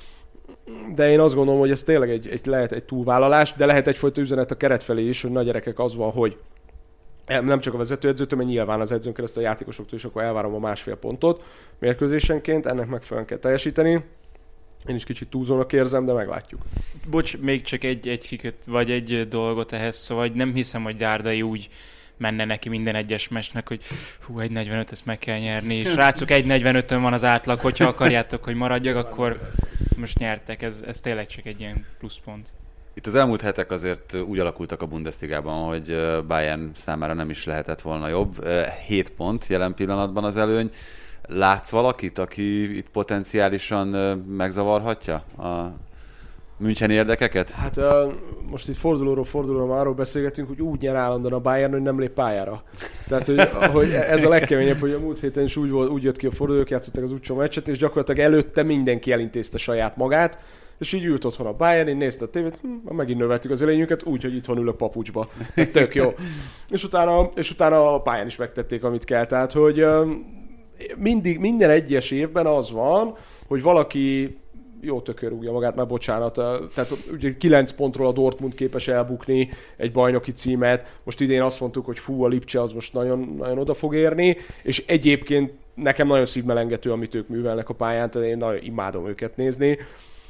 De én azt gondolom, hogy ez tényleg egy, egy, lehet egy túlvállalás, de lehet egyfajta üzenet a keret felé is, hogy nagy gyerekek az van, hogy nem csak a vezetőedzőtől, mert nyilván az edzőn keresztül a játékosoktól is, akkor elvárom a másfél pontot mérkőzésenként, ennek megfelelően kell teljesíteni. Én is kicsit túlzónak érzem, de meglátjuk. Bocs, még csak egy, egy kiköt, vagy egy dolgot ehhez, szóval nem hiszem, hogy Dárdai úgy menne neki minden egyes meccsnek, hogy hú, egy negyvenöt, ezt meg kell nyerni, és rácok egy negyvenötön van az átlag, hogyha akarjátok, hogy maradjak, akkor most nyertek, ez, ez tényleg csak egy ilyen pluszpont. Itt az elmúlt hetek azért úgy alakultak a Bundesligában, hogy Bayern számára nem is lehetett volna jobb. hét pont jelen pillanatban az előny. Látsz valakit, aki itt potenciálisan megzavarhatja a müncheni érdekeket? Hát uh, most itt fordulóról fordulóra már arról beszélgetünk, hogy úgy nyer állandóan a Bayern, hogy nem lép pályára. Tehát, hogy, hogy ez a legkeményebb, hogy a múlt héten is úgy, volt, úgy jött ki a fordulók, játszottak az utcsó meccset, és gyakorlatilag előtte mindenki elintézte saját magát, és így ült otthon a Bayern, én nézte a tévét, hm, megint növeltük az élényünket, úgy, hogy itthon ülök papucsba. Tök jó. és, utána, és utána a Bayern is megtették, amit kell. Tehát, hogy uh, mindig, minden egyes évben az van, hogy valaki jó tökör rúgja magát, már bocsánat. Tehát ugye kilenc pontról a Dortmund képes elbukni egy bajnoki címet. Most idén azt mondtuk, hogy fú, a Lipcse az most nagyon, nagyon oda fog érni, és egyébként nekem nagyon szívmelengető, amit ők művelnek a pályán, tehát én nagyon imádom őket nézni.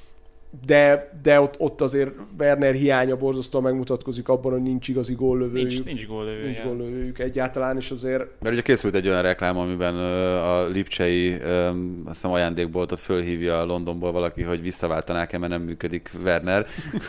De, de ott, ott azért Werner hiánya borzasztóan megmutatkozik abban, hogy nincs igazi góllövőjük. Nincs, nincs góllövőjük. Nincs góllövőjük egyáltalán, és azért... Mert ugye készült egy olyan reklám, amiben a lipcsei azt hiszem ajándékboltot fölhívja Londonból valaki, hogy visszaváltanák-e, mert nem működik Werner.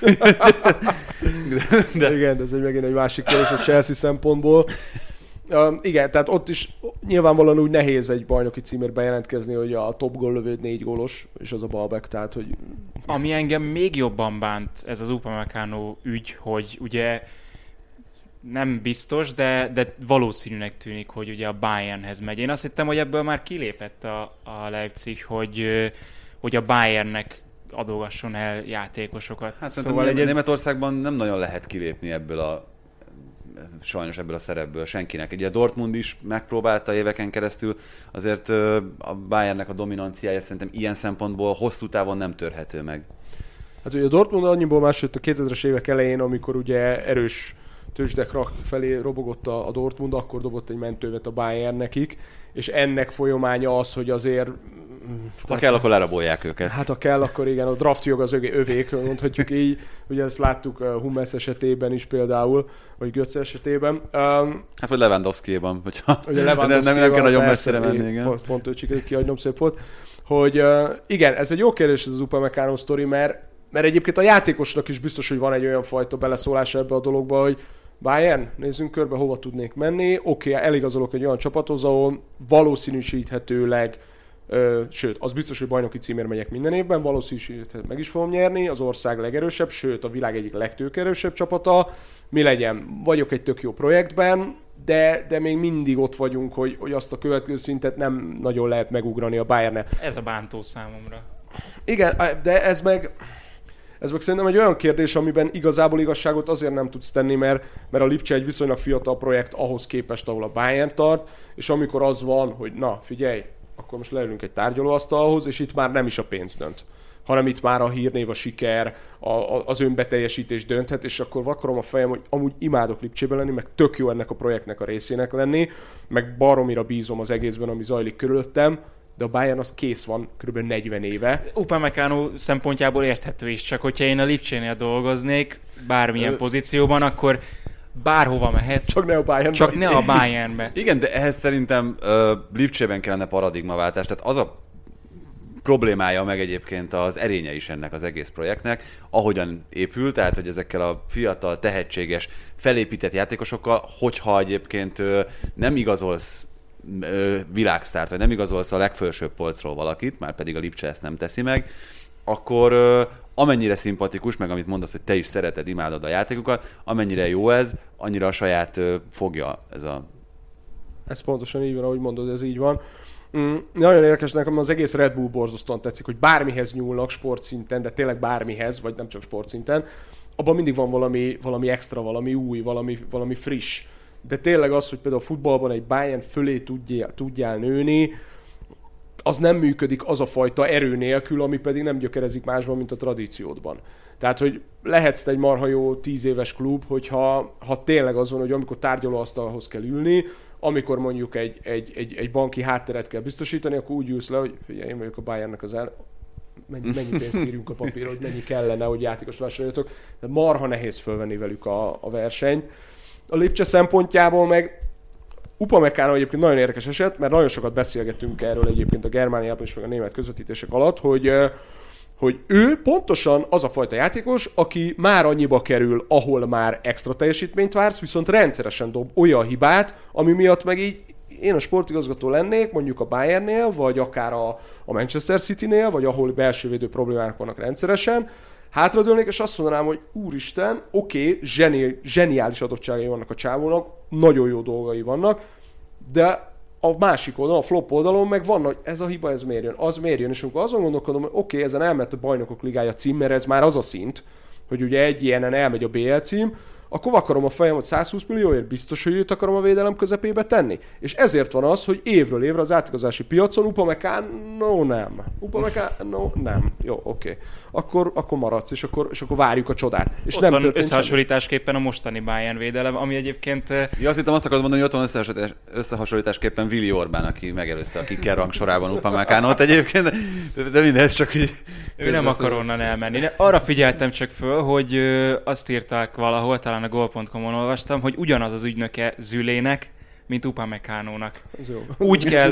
de, de... Igen, ez egy megint egy másik kérdés a Chelsea szempontból. Uh, igen, tehát ott is nyilvánvalóan úgy nehéz egy bajnoki címért bejelentkezni, hogy a top góllövő négy gólos, és az a Balbeck, tehát hogy... Ami engem még jobban bánt, ez az Upamecano ügy, hogy ugye nem biztos, de, de valószínűnek tűnik, hogy ugye a Bayernhez megy. Én azt hittem, hogy ebből már kilépett a, a Leipzig, hogy, hogy a Bayernnek adogasson el játékosokat. Hát szóval egy Németországban nem nagyon lehet kilépni ebből a sajnos ebből a szerepből senkinek. Ugye a Dortmund is megpróbálta éveken keresztül, azért a Bayernnek a dominanciája szerintem ilyen szempontból hosszú távon nem törhető meg. Hát ugye a Dortmund annyiból máshogy a kétezres évek elején, amikor ugye erős tőzsdekrak felé robogott a Dortmund, akkor dobott egy mentővet a Bayern nekik, és ennek folyamánya az, hogy azért... Ha kell, akkor lerabolják őket. Hát ha kell, akkor igen, a draftjog az övék, mondhatjuk így. Ugye ezt láttuk Hummels esetében is például, vagy Götze esetében. Um, hát vagy Lewandowski-ban, hogyha ugye Lewandowski nem, nem kell nagyon messzire menni. Igen. Pont, pont ő sikerült kihagynom, szép volt. Hogy uh, igen, ez egy jó kérdés ez az Upamecano sztori, mert mert egyébként a játékosnak is biztos, hogy van egy olyan fajta beleszólása ebbe a dologba, hogy Bayern, nézzünk körbe, hova tudnék menni. Oké, okay, eligazolok egy olyan csapathoz, ahol valószínűsíthetőleg, ö, sőt, az biztos, hogy bajnoki címért megyek minden évben, valószínűsíthetőleg meg is fogom nyerni, az ország legerősebb, sőt, a világ egyik legtőkerősebb csapata. Mi legyen? Vagyok egy tök jó projektben, de, de még mindig ott vagyunk, hogy, hogy azt a következő szintet nem nagyon lehet megugrani a Bayern-nel. Ez a bántó számomra. Igen, de ez meg... Ez meg szerintem egy olyan kérdés, amiben igazából igazságot azért nem tudsz tenni, mert, mert a Lipcse egy viszonylag fiatal projekt ahhoz képest, ahol a Bayern tart, és amikor az van, hogy na figyelj, akkor most leülünk egy tárgyalóasztalhoz, és itt már nem is a pénz dönt, hanem itt már a hírnév, a siker, a, a, az önbeteljesítés dönthet, és akkor vakarom a fejem, hogy amúgy imádok Lipcsébe lenni, meg tök jó ennek a projektnek a részének lenni, meg baromira bízom az egészben, ami zajlik körülöttem, de a Bayern az kész van kb. negyven éve. Upamecano szempontjából érthető is, csak hogyha én a Lipcsénél dolgoznék, bármilyen Ö... pozícióban, akkor bárhova mehetsz. Csak ne a Bayernbe. Csak ne a Bayernbe. Igen, de ehhez szerintem uh, Lipcsében kellene paradigmaváltás. Tehát az a problémája meg egyébként az erénye is ennek az egész projektnek, ahogyan épül, tehát hogy ezekkel a fiatal, tehetséges, felépített játékosokkal, hogyha egyébként uh, nem igazolsz világsztárt, vagy nem igazolsz a legfelsőbb polcról valakit, már pedig a Lipcse ezt nem teszi meg, akkor amennyire szimpatikus, meg amit mondasz, hogy te is szereted, imádod a játékokat, amennyire jó ez, annyira a saját fogja ez a... Ez pontosan így van, ahogy mondod, ez így van. Mm, nagyon érdekes, nekem az egész Red Bull borzasztóan tetszik, hogy bármihez nyúlnak sportszinten, de tényleg bármihez, vagy nem csak sportszinten, abban mindig van valami, valami extra, valami új, valami, valami friss. De tényleg az, hogy például a futballban egy Bayern fölé tudjál, tudjál nőni, az nem működik az a fajta erő nélkül, ami pedig nem gyökerezik másban, mint a tradíciódban. Tehát, hogy lehetsz egy marha jó tíz éves klub, hogyha ha tényleg az van, hogy amikor tárgyalóasztalhoz kell ülni, amikor mondjuk egy, egy, egy, egy banki hátteret kell biztosítani, akkor úgy ülsz le, hogy figyelj, én vagyok a Bayernnek az el... Mennyi, mennyi pénzt írjunk a papírra, hogy mennyi kellene, hogy játékost vásároljatok. De marha nehéz fölvenni velük a, a versenyt. A Lipcse szempontjából meg Upamecano egyébként nagyon érdekes eset, mert nagyon sokat beszélgettünk erről egyébként a Germániában és meg a német közvetítések alatt, hogy, hogy ő pontosan az a fajta játékos, aki már annyiba kerül, ahol már extra teljesítményt vársz, viszont rendszeresen dob olyan hibát, ami miatt meg így én a sportigazgató lennék, mondjuk a Bayernnél, vagy akár a, a Manchester Citynél, vagy ahol belső védő problémák vannak rendszeresen, hátradőlnék, és azt mondanám, hogy úristen, oké, okay, zseni, zseniális adottságai vannak a csávónak, nagyon jó dolgai vannak, de a másik oldalon, a flop oldalon meg van, hogy ez a hiba, ez miért jön, az miért jön, és amikor azon gondolkodom, hogy oké, okay, ezen elment a Bajnokok Ligája cím, mert ez már az a szint, hogy ugye egy ilyenen elmegy a bé el cím, akkor vakarom a fejem, hogy százhúsz millióért biztos, hogy őt akarom a védelem közepébe tenni. És ezért van az, hogy évről évre az átigazási piacon Upamecano nem. Upamecano nem. Jó, oké. Okay. Akkor, akkor maradsz, és akkor, és akkor várjuk a csodát. És ott nem van összehasonlításképpen a mostani Bayern védelem, ami egyébként... Ja, azt hittem azt akarod mondani, hogy ott van összehasonlításképpen Willi Orbán, aki megelőzte a kicker rangsorában Upamecanót egyébként, de, de mindez csak így... Ő nem akar onnan elmenni. Arra figyeltem csak föl, hogy azt írták valahol, talán a gól pont com-on olvastam, hogy ugyanaz az ügynöke Zülének, mint Upamecanónak. Úgy kell,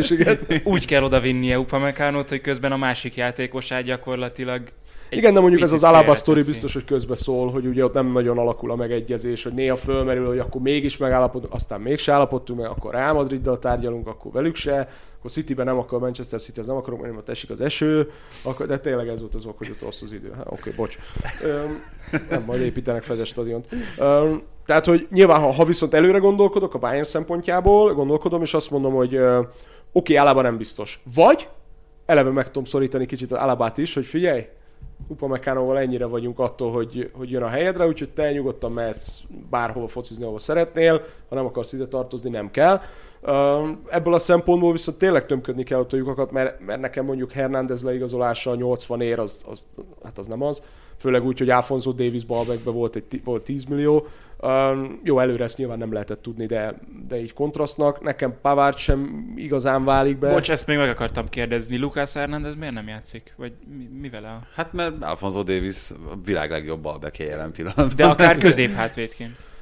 úgy kell odavinnie Upamecanót, hogy közben a másik játékosát gyakorlatilag... Igen, de mondjuk ez az Alaba sztori biztos, hogy közbe szól, hogy ugye ott nem nagyon alakul a megegyezés, hogy néha fölmerül, hogy akkor mégis megállapodunk, aztán mégse állapodtunk meg, akkor Real Madriddal tárgyalunk, akkor velük se, akkor Cityben nem akar, Manchester City az nem akarunk, mert ott esik az eső, akkor, de tényleg ez volt az ok, hogy ott rossz az idő. Hát, oké, okay, bocs. Öm, nem, majd építenek fedez stadiont. Öm, tehát, hogy nyilván, ha, ha viszont előre gondolkodok a Bayern szempontjából, gondolkodom, és azt mondom, hogy oké, okay, Alaba nem biztos. Vagy eleve meg tudom szorítani kicsit az Alabát is, hogy figyelj, Upamecanóval ennyire vagyunk attól, hogy, hogy jön a helyedre, úgyhogy te nyugodtan mehetsz bárhova focizni, ahol szeretnél, ha nem akarsz ide tartozni, nem kell. Ebből a szempontból viszont tényleg tömködni kell ott a lyukakat, mert, mert nekem mondjuk Hernández leigazolása nyolcvan ér, az, az, hát az nem az. Főleg úgy, hogy Alphonso Davies Balbeckben volt, egy, volt tíz millió. Um, jó, előre ezt nyilván nem lehetett tudni, de, de így kontrasztnak. Nekem Pavard sem igazán válik be. Bocs, ezt még meg akartam kérdezni. Lucas Hernández miért nem játszik? Vagy mi, mi vele? Hát mert Alphonso Davies a világ legjobb balbeckje jelen pillanatban. De akár középhátvédként.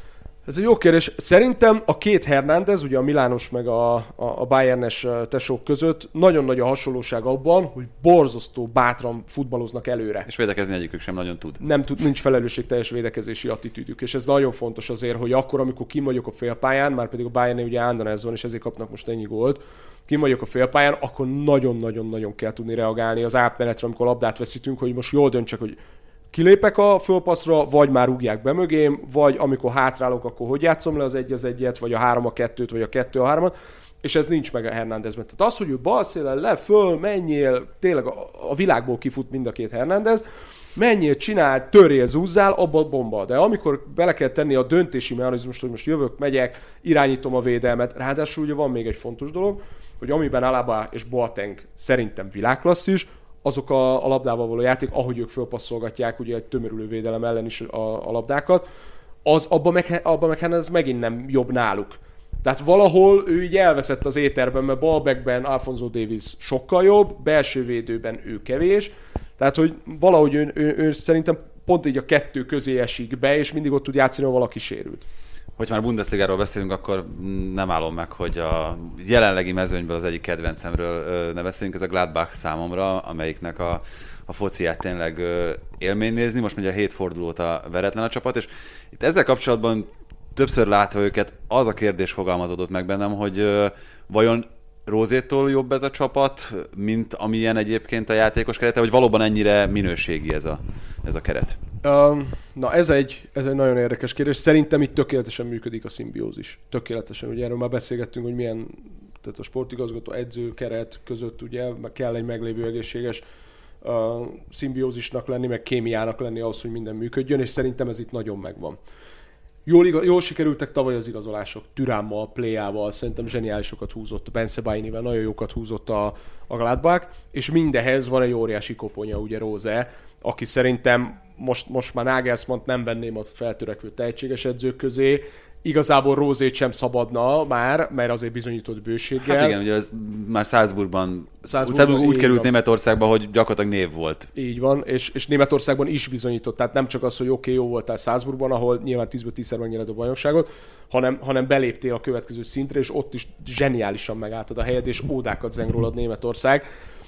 Ez egy jó kérdés. Szerintem a két Hernández, ugye a Milános meg a, a, a Bayernes tesók között nagyon nagy a hasonlóság abban, hogy borzasztó bátran futballoznak előre. És védekezni egyikük sem nagyon tud. Nem tud, nincs felelősségteljes védekezési attitűdük, és ez nagyon fontos azért, hogy akkor, amikor kim vagyok a félpályán, már pedig a Bayernnél ugye állandóan ez van, és ezért kapnak most ennyi gólt, kim vagyok a félpályán, akkor nagyon-nagyon-nagyon kell tudni reagálni az átmenetre, amikor labdát veszítünk, hogy most jól döntsek, hogy kilépek a fölpasszra, vagy már rúgják be mögém, vagy amikor hátrálok, akkor hogy játszom le az egy az egyet, vagy a három a kettőt, vagy a kettő a hármat, és ez nincs meg a Hernándezben. Tehát az, hogy ő balszélen le, föl, menjél, tényleg a, a világból kifut mind a két Hernández, menjél, csinál, törjél, zúzzál, abban bomba. De amikor bele kell tenni a döntési mechanizmust, hogy most jövök, megyek, irányítom a védelmet, ráadásul ugye van még egy fontos dolog, hogy amiben Alaba és Boateng szerintem világklasszis, azok a, a labdával való játék, ahogy ők fölpasszolgatják ugye egy tömörülő védelem ellen is a, a labdákat, az abban meg, abba meg ez megint nem jobb náluk. Tehát valahol ő így elveszett az éterben, mert ballbackben Alphonso Davies sokkal jobb, belső védőben ő kevés, tehát hogy valahogy ő, ő, ő szerintem pont így a kettő közé esik be, és mindig ott tud játszani, ha valaki sérült. Hogy már Bundesligáról beszélünk, akkor nem állom meg, hogy a jelenlegi mezőnyből az egyik kedvencemről ne beszélünk, ez a Gladbach számomra, amelyiknek a, a fociát tényleg élmény nézni. Most ugye a hét fordulóta veretlen a csapat, és itt ezzel kapcsolatban többször látva őket, az a kérdés fogalmazódott meg bennem, hogy vajon Rózétól jobb ez a csapat, mint amilyen egyébként a játékos kerete, vagy valóban ennyire minőségi ez a, ez a keret? Um, na ez egy, ez egy nagyon érdekes kérdés. Szerintem itt tökéletesen működik a szimbiózis. Tökéletesen, ugye erről már beszélgettünk, hogy milyen, tehát a sportigazgató, edző, keret között ugye meg kell egy meglévő egészséges uh, szimbiózisnak lenni, meg kémiának lenni ahhoz, hogy minden működjön, és szerintem ez itt nagyon megvan. Jól, igaz, jól sikerültek tavaly az igazolások, Thurammal, Pléjával, szerintem zseniálisokat húzott, Ben Sebainivel nagyon jókat húzott a, a Gladbach, és mindehez van egy óriási koponya, ugye Rose, aki szerintem most, most már Nagelsmannt nem venném a feltörekvő tehetséges edzők közé, igazából Rózét sem szabadna már, mert azért bizonyított bőséggel. Hát igen, ugye ez már Salzburgban, Salzburgban úgy került van. Németországba, hogy gyakorlatilag név volt. Így van, és, és Németországban is bizonyított, tehát nem csak az, hogy oké, okay, jó voltál Salzburgban, ahol nyilván tízből tízszer megnyered a bajnokságot, hanem, hanem beléptél a következő szintre, és ott is zseniálisan megálltad a helyed, és ódákat zeng rólad Németország.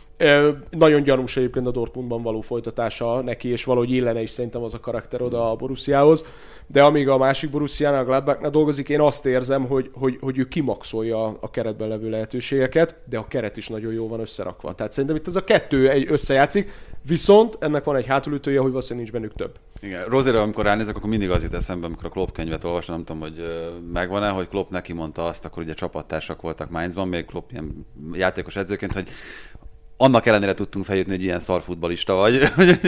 Ö, nagyon gyanús egyébként a Dortmundban való folytatása neki, és valahogy illene is szerintem az a karakter oda a Borussiához. De amíg a másik Borussiánál, a Gladbachnál dolgozik, én azt érzem, hogy, hogy, hogy ő kimaxolja a keretben levő lehetőségeket, de a keret is nagyon jó van összerakva. Tehát szerintem itt ez a kettő egy összejátszik, viszont ennek van egy hátulütője, hogy valószínűleg nincs bennük több. Igen, Rózéra, amikor ránézek, akkor mindig az jut eszembe, amikor a Klopp könyvet olvasom, nem tudom, hogy megvan-e, hogy Klopp neki mondta azt, akkor ugye csapattársak voltak Mainzban, még Klopp ilyen játékos edzőként, hogy annak ellenére tudtunk feljutni, hogy ilyen szarfutballista vagy.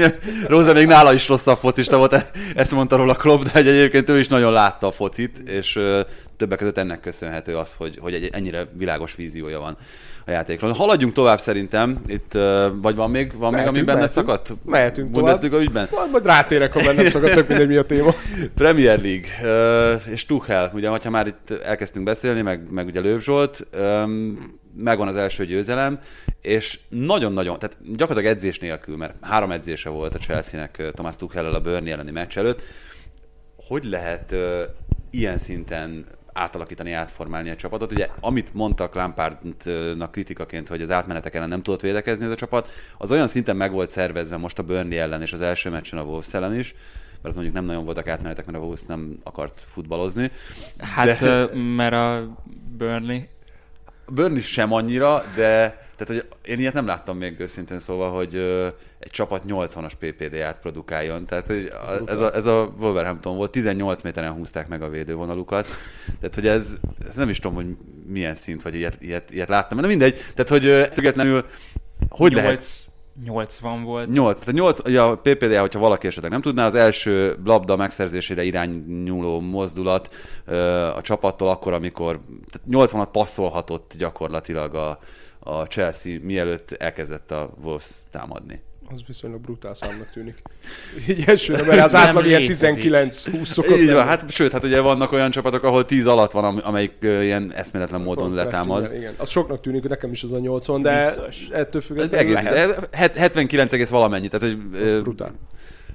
Róza még nála is rosszabb focista volt, ezt mondta róla Klopp, de egyébként ő is nagyon látta a focit, és többek között ennek köszönhető az, hogy, hogy egy ennyire világos víziója van a játékról. Haladjunk tovább szerintem, itt vagy van még, van még ami benned szakadt? Mehetünk Bundesliga tovább. Ügyben? Majd, majd rátérek, ha benned szakadt, tök mindegy mi a téma. Premier League és Tuchel, ugye, ha már itt elkezdtünk beszélni, meg, meg ugye Löw Zsolt, megvan az első győzelem, és nagyon-nagyon, tehát gyakorlatilag edzés nélkül, mert három edzése volt a Chelsea-nek Thomas Tuchellel a Burnley elleni meccs előtt. Hogy lehet uh, ilyen szinten átalakítani, átformálni a csapatot? Ugye, amit mondtak Lampardnak kritikaként, hogy az átmenetek ellen nem tudott védekezni ez a csapat, az olyan szinten meg volt szervezve most a Burnley ellen és az első meccsen a Wolves ellen is, mert mondjuk nem nagyon voltak átmenetek, mert a Wolves nem akart futballozni. Hát, de... mert a Burnley Burnley sem annyira, de tehát, hogy én ilyet nem láttam még őszintén szóval, hogy uh, egy csapat nyolcvanas pé pé dé-át produkáljon. Tehát ez a, ez a Wolverhampton volt, tizennyolc méteren húzták meg a védővonalukat. Tehát, hogy ez, ez nem is tudom, hogy milyen szint, vagy ilyet, ilyet, ilyet láttam. De mindegy, tehát, hogy uh, függetlenül hogy nyolc, lehet... nyolcvan volt. nyolc. Tehát nyolc, ugye a pé pé dé, hogyha valaki esetleg nem tudná, az első labda megszerzésére irányuló mozdulat uh, a csapattól akkor, amikor tehát nyolcvanat passzolhatott gyakorlatilag a, a Chelsea, mielőtt elkezdett a Wolves támadni. Az viszonylag brutál számnak tűnik. Így elsőre, mert az átlag ilyen tizenkilenc-húsz szokott. Így van, hát sőt, hát ugye vannak olyan csapatok, ahol tíz alatt van, amelyik uh, ilyen eszméletlen módon letámad. Igen, igen. Az soknak tűnik, nekem is az a nyolcvan, de biztos. Ettől függetlenül egész, hetvenkilenc egész valamennyi. Tehát, hogy, az brutál.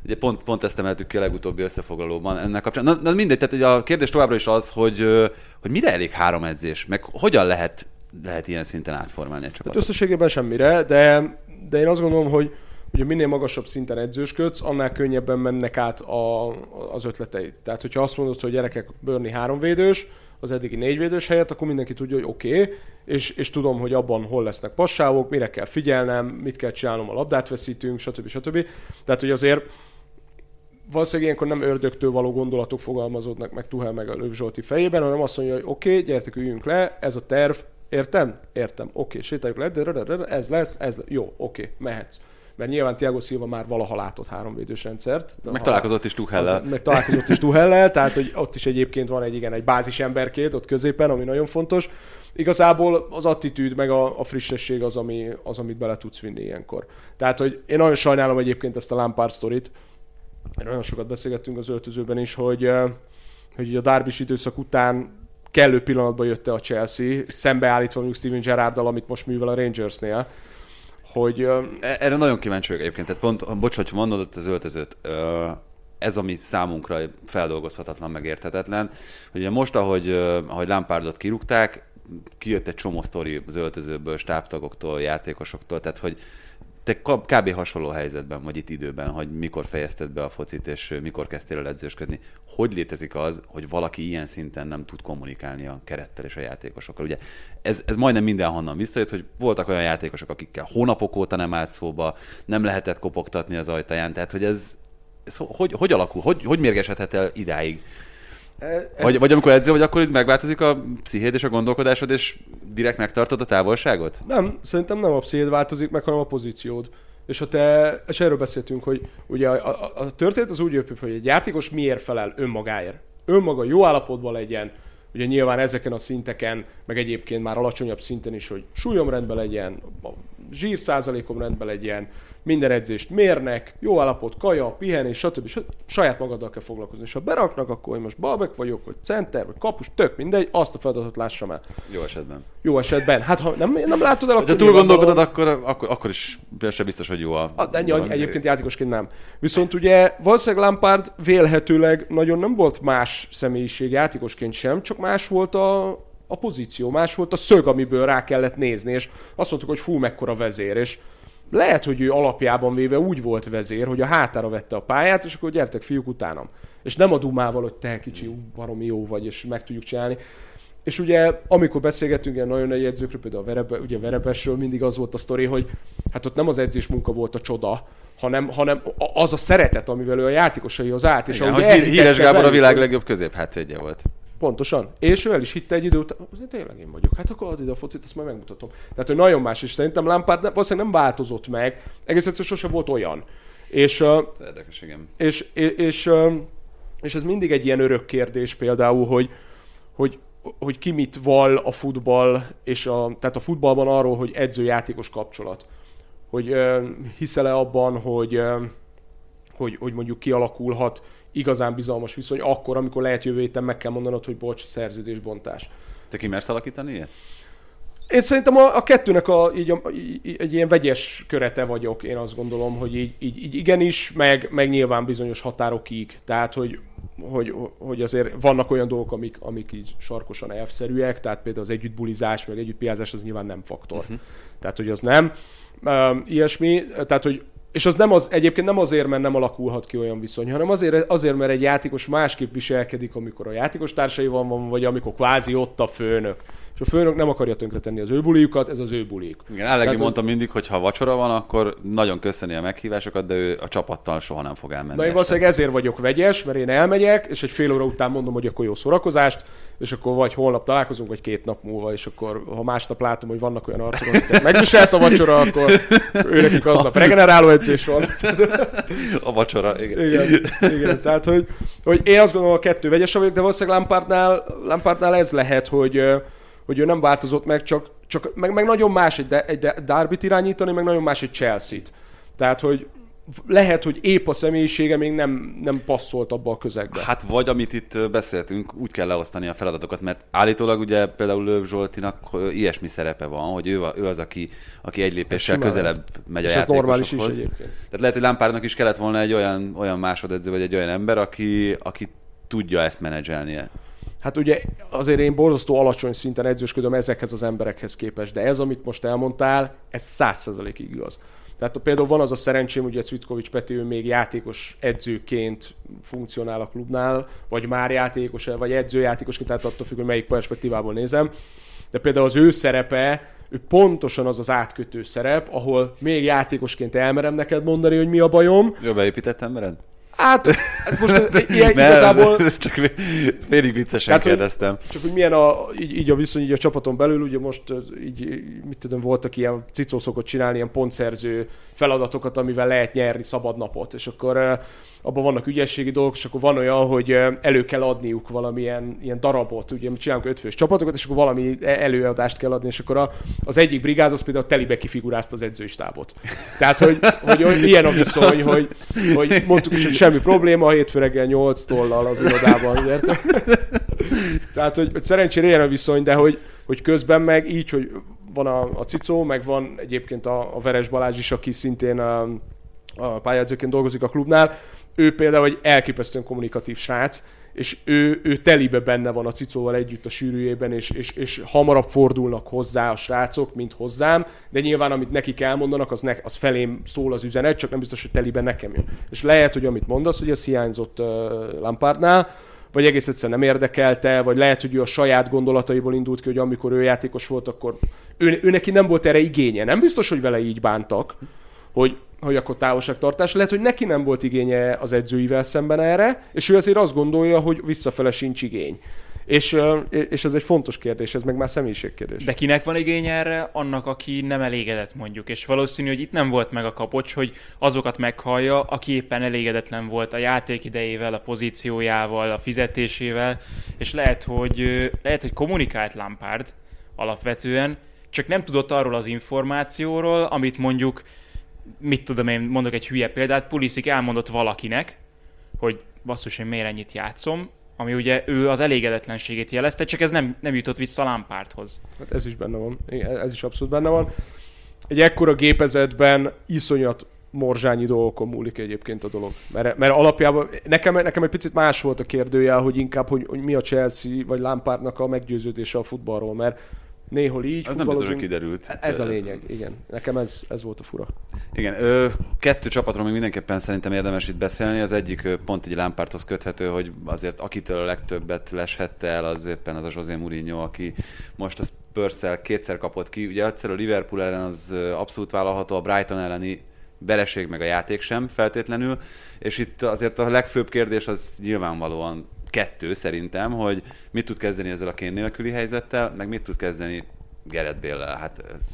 ugye pont, pont ezt emeltük ki a legutóbbi összefoglalóban ennek kapcsán. Na, na mindegy, tehát ugye a kérdés továbbra is az, hogy, hogy mire elég három edzés, meg hogyan lehet, lehet ilyen szinten átformálni egy csapatot? Hát összességében semmire, de, de én azt gondolom, hogy ugye minél magasabb szinten edzősködsz, annál könnyebben mennek át a, az ötleteid. Tehát, hogyha azt mondod, hogy gyerekek, Burnley háromvédős, az eddigi négyvédős helyett, akkor mindenki tudja, hogy oké, okay, és, és tudom, hogy abban hol lesznek passávok, mire kell figyelnem, mit kell csinálnom, a labdát veszítünk, stb. stb. Tehát, hogy azért valószínűleg ilyenkor nem ördögtől való gondolatok fogalmazódnak meg Tuchel meg a Löw Zsolti fejében, hanem azt mondja, hogy oké, okay, gyertek, üljünk le, ez a terv, értem? Értem, oké, okay, sétáljuk le, de ez lesz, ez lesz, jó, oké, okay, mehetsz. Mert nyilván Thiago Silva már valaha látott háromvédős rendszert. Meg találkozott is Tuchellel. Meg találkozott is Tuchellel, tehát hogy ott is egyébként van egy, igen, egy bázis emberkét ott középen, ami nagyon fontos. Igazából az attitűd meg a, a frissesség az, ami, az, amit bele tudsz vinni ilyenkor. Tehát, hogy én nagyon sajnálom egyébként ezt a Lampard sztorit. Nagyon sokat beszélgettünk az öltözőben is, hogy, hogy a Derby-s időszak után kellő pillanatban jött a Chelsea, szembeállítva mondjuk Steven Gerrarddal, amit most művel a Rangersnél. Hogy, erre nagyon kíváncsi vagyok egyébként, tehát pont, bocs, hogy mondod ott az öltözőt, ez, ami számunkra feldolgozhatatlan, megérthetetlen, hogy most, ahogy, ahogy Lampardot kirúgták, kijött egy csomó sztori az öltözőből, stábtagoktól, játékosoktól, tehát hogy te kb. Hasonló helyzetben vagy itt időben, hogy mikor fejezted be a focit, és mikor kezdtél el edzősködni. Hogy létezik az, hogy valaki ilyen szinten nem tud kommunikálni a kerettel és a játékosokkal? Ugye ez, ez majdnem mindenhonnan visszajött, hogy voltak olyan játékosok, akikkel hónapok óta nem állt szóba, nem lehetett kopogtatni az ajtaján, tehát hogy ez, ez hogy, hogy alakul, hogy, hogy mérgesedhet el idáig? Ez... Vagy, vagy amikor edző vagy, akkor itt megváltozik a pszichéd és a gondolkodásod, és direkt megtartod a távolságot? Nem, szerintem nem a pszichéd változik meg, hanem a pozíciód. És, ha te, és erről beszéltünk, hogy ugye a, a, a történet az úgy jön, hogy egy játékos miért felel önmagáért. Önmaga jó állapotban legyen, ugye nyilván ezeken a szinteken, meg egyébként már alacsonyabb szinten is, hogy súlyom rendben legyen, a zsír százalékom rendben legyen, minden edzést mérnek, jó állapot, kaja, pihenés, stb. stb. Saját magaddal kell foglalkozni. És ha beraknak, akkor én most balbek vagyok, vagy center, vagy kapus, tök mindegy, azt a feladatot lássam el. Jó esetben. Jó esetben. Hát ha nem, nem látod el, akkor... Ha túl gondolkodod, akkor, akkor, akkor is sem biztos, hogy jó a... a de egy, egyébként játékosként nem. Viszont ugye valószínűleg Lampard vélhetőleg nagyon nem volt más személyiség játékosként sem, csak más volt a, a pozíció, más volt a szög, amiből rá kellett nézni, és azt mondtuk, hogy fú, mekkora vezér, és lehet, hogy ő alapjában véve úgy volt vezér, hogy a hátára vette a pályát, és akkor gyertek fiúk utánam. És nem a dumával, hogy te kicsi, ú, baromi jó vagy, és meg tudjuk csinálni. És ugye, amikor beszélgettünk ilyen nagyon nagy edzőkről, például a Verebe, ugye Verebesről mindig az volt a sztori, hogy hát ott nem az edzés munka volt a csoda, hanem, hanem az a szeretet, amivel ő a játékosaihoz állt. És igen, hogy Híres Gábor velük, a világ legjobb középhátvédje volt. Pontosan. És ő el is hitte egy idő után, azért tényleg én vagyok. Hát akkor add ide a focit, azt majd megmutatom. Tehát, hogy nagyon más is. Szerintem Lampard valószínűleg nem változott meg. Egész egyszerűen sosem volt olyan. És, ez érdekes, igen. És, és, és, és ez mindig egy ilyen örök kérdés például, hogy, hogy, hogy ki mit vall a futball, és a, tehát a futballban arról, hogy edző-játékos kapcsolat. Hogy hiszel-e abban, hogy, hogy, hogy mondjuk kialakulhat igazán bizalmas viszony akkor, amikor lehet jövő héten meg kell mondanod, hogy bocs, szerződésbontás. Te kimersz alakítani ilyet? Én szerintem a, a kettőnek a, így, a, így, egy ilyen vegyes körete vagyok, én azt gondolom, hogy így, így, így igenis, meg, meg nyilván bizonyos határokig. Tehát, hogy, hogy, hogy azért vannak olyan dolgok, amik, amik így sarkosan elvszerűek, tehát például az együttbulizás, meg együttpiázás az nyilván nem faktor. Uh-huh. Tehát, hogy az nem. Um, ilyesmi, tehát, hogy és az nem az, egyébként nem azért, mert nem alakulhat ki olyan viszony, hanem azért, azért, mert egy játékos másképp viselkedik, amikor a játékos társaival van, vagy amikor kvázi ott a főnök. És a főnök nem akarja tönkretenni az ő buliukat, ez az ő bulik. Igen, Allegri mondta hogy... mindig, hogy ha vacsora van, akkor nagyon köszöni a meghívásokat, de ő a csapattal soha nem fog elmenni. Na én valószínűleg ezért vagyok vegyes, mert én elmegyek, és egy fél óra után mondom, hogy akkor jó szórakozást, és akkor vagy holnap találkozunk, vagy két nap múlva, és akkor ha másnap látom, hogy vannak olyan arcok, amiket megviselt a vacsora, akkor őnekik aznap regeneráló edzés van. A vacsora, igen. Igen, igen. Tehát, hogy, hogy én azt gondolom, a kettő vegyes vagyok, de valószínűleg Lampardnál, Lampardnál ez lehet, hogy hogy ő nem változott meg, csak, csak meg, meg nagyon más egy, egy Derbyt irányítani, meg nagyon más egy Chelsea-t. Tehát, hogy, lehet, hogy épp a személyisége még nem, nem passzolt abba a közegbe. Hát vagy, amit itt beszéltünk, úgy kell leosztani a feladatokat, mert állítólag ugye például Löw Zsoltinak ilyesmi szerepe van, hogy ő, ő az, aki, aki egy lépéssel közelebb megy a és játékosokhoz. És ez Tehát lehet, hogy Lampardnak is kellett volna egy olyan, olyan másodedző, vagy egy olyan ember, aki, aki tudja ezt menedzselnie. Hát ugye azért én borzasztó alacsony szinten edzősködöm ezekhez az emberekhez képest, de ez, amit most elmondtál, ez száz százalékig igaz. Tehát például van az a szerencsém, ugye Cvitkovics Peti, ő még játékos edzőként funkcionál a klubnál, vagy már játékos, vagy edzőjátékosként, tehát attól függ, hogy melyik perspektívából nézem. De például az ő szerepe, ő pontosan az az átkötő szerep, ahol még játékosként elmerem neked mondani, hogy mi a bajom. Jó, beépített embered? Hát, ez most ilyen, igazából... Ez csak félig viccesen tehát, kérdeztem. Hogy, csak hogy milyen a, így, így a viszony így a csapaton belül, ugye most így, mit tudom, voltak ilyen, Cicó szokott csinálni ilyen pontszerző feladatokat, amivel lehet nyerni szabad napot, és akkor abban vannak ügyességi dolgok, és akkor van olyan, hogy elő kell adniuk valamilyen ilyen darabot, ugye mi csinálunk ötfős csapatokat, és akkor valami előadást kell adni, és akkor a, az egyik brigád az például telibe kifigurázta az edzői stábot. Tehát, hogy, hogy, hogy ilyen a viszony, hogy, hogy mondtuk is, hogy semmi probléma, a hétfő reggel nyolc tollal az irodában. Tehát, hogy, hogy szerencsére ilyen a viszony, de hogy, hogy közben meg így, hogy van a, a Cicó, meg van egyébként a, a Veres Balázs is, aki szintén a, a pályaedzőként dolgozik a klubnál. Ő például egy elképesztően kommunikatív srác, és ő, ő telibe benne van a Cicóval együtt a sűrűjében, és, és, és hamarabb fordulnak hozzá a srácok, mint hozzám, de nyilván amit nekik elmondanak, az, ne, az felém szól az üzenet, csak nem biztos, hogy teliben nekem jön. És lehet, hogy amit mondasz, hogy ez hiányzott uh, Lampardnál, vagy egész egyszerűen nem érdekelte, vagy lehet, hogy ő a saját gondolataiból indult ki, hogy amikor ő játékos volt, akkor ő, ő neki nem volt erre igénye. Nem biztos, hogy vele így bántak, hogy, hogy akkor távolságtartás. Lehet, hogy neki nem volt igénye az edzőivel szemben erre, és ő azért azt gondolja, hogy visszafele sincs igény. És, és ez egy fontos kérdés, ez meg már személyiségkérdés. De kinek van igény erre? Annak, aki nem elégedett mondjuk. És valószínű, hogy itt nem volt meg a kapocs, hogy azokat meghallja, aki éppen elégedetlen volt a játék idejével, a pozíciójával, a fizetésével, és lehet, hogy, lehet, hogy kommunikált Lampard alapvetően, csak nem tudott arról az információról, amit mondjuk, mit tudom én, mondok egy hülye példát, Pulisic elmondott valakinek, hogy basszus, én miért ennyit játszom, ami ugye ő az elégedetlenségét jelezte, csak ez nem, nem jutott vissza Lampardhoz. Hát ez is benne van. Ez is abszolút benne van. Egy ekkora gépezetben iszonyat morzsányi dolgokon múlik egyébként a dolog. Mert, mert alapjában nekem, nekem egy picit más volt a kérdője, hogy inkább, hogy, hogy mi a Chelsea vagy Lampardnak a meggyőződése a futballról, mert néhol így ez nem biztos, hogy kiderült. Ez a lényeg, igen. Nekem ez, ez volt a fura. Igen, ö, kettő csapatról még mindenképpen szerintem érdemes itt beszélni. Az egyik pont egy Lampardhoz köthető, hogy azért akitől a legtöbbet leshette el, az éppen az a José Mourinho, aki most a Spurs-szel kétszer kapott ki. Ugye egyszer a Liverpool ellen az abszolút vállalható, a Brighton elleni vereség meg a játék sem feltétlenül, és itt azért a legfőbb kérdés az nyilvánvalóan kettő szerintem, hogy mit tud kezdeni ezzel a Kane nélküli helyzettel, meg mit tud kezdeni Gareth Bale-lel. Hát ez,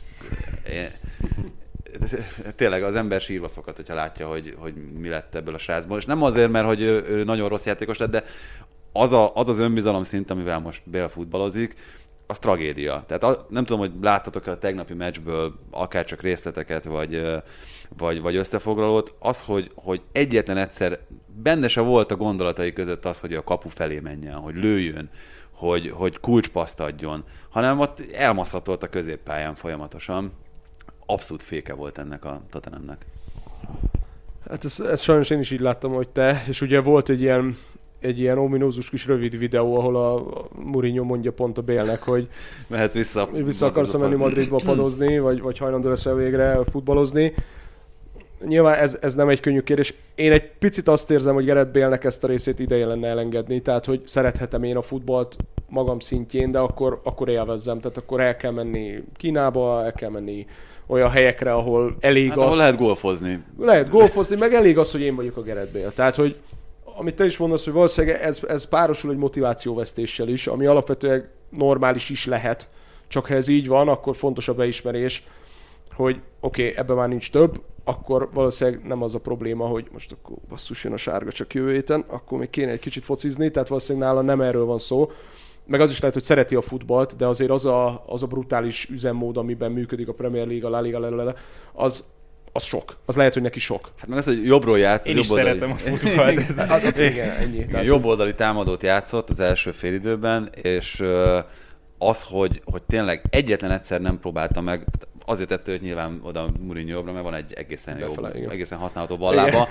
ez, ez, tényleg az ember sírva fakad, hogyha látja, hogy, hogy mi lett ebből a srácból. És nem azért, mert hogy ő, ő nagyon rossz játékos lett, de az, a, az az önbizalom szint, amivel most Bale futballozik, az tragédia. Tehát a, nem tudom, hogy láttatok a tegnapi meccsből akár csak részleteket, vagy, vagy, vagy összefoglalót, az, hogy, hogy egyetlen egyszer benne se volt a gondolatai között az, hogy a kapu felé menjen, hogy lőjön, hogy, hogy kulcspaszt adjon, hanem ott elmaszatolt a középpályán folyamatosan. Abszolút féke volt ennek a Tottenhamnek. Hát ezt, ezt sajnos én is így láttam, hogy te, és ugye volt egy ilyen egy ilyen ominózus kis rövid videó, ahol a Mourinho mondja pont a Bale-nek, hogy mehet vissza, vissza akarsz menni Madridba padozni, vagy, vagy hajlandó leszel végre futballozni. Nyilván ez, ez nem egy könnyű kérdés. Én egy picit azt érzem, hogy Gareth Bale-nek ezt a részét ideje lenne elengedni, tehát hogy szerethetem én a futballt magam szintjén, de akkor, akkor élvezzem. Tehát akkor el kell menni Kínába, el kell menni olyan helyekre, ahol elég hát, az... ahol lehet golfozni. Lehet golfozni, meg elég az, hogy én vagyok a Gareth Bale. Tehát, hogy amit te is mondasz, hogy valószínűleg ez, ez párosul egy motivációvesztéssel is, ami alapvetően normális is lehet. Csak ha ez így van, akkor fontos a beismerés, hogy oké, okay, ebben már nincs több, akkor valószínűleg nem az a probléma, hogy most akkor basszus jön a sárga csak jövő héten, akkor még kéne egy kicsit focizni, tehát valószínűleg nála nem erről van szó. Meg az is lehet, hogy szereti a futballt, de azért az a, az a brutális üzemmód, amiben működik a Premier League, a La Liga, az, az sok. Az lehet, hogy neki sok. Hát meg az, hogy jobbról játszott. Én is jobboldali... szeretem a futballt. Hát, igen, ennyi. Igen, jobboldali támadót játszott az első félidőben, és az, hogy, hogy tényleg egyetlen egyszer nem próbálta meg, azért tette őt nyilván oda Mourinho jobbra, mert van egy egészen Befele, jó, igen. egészen használható ballába.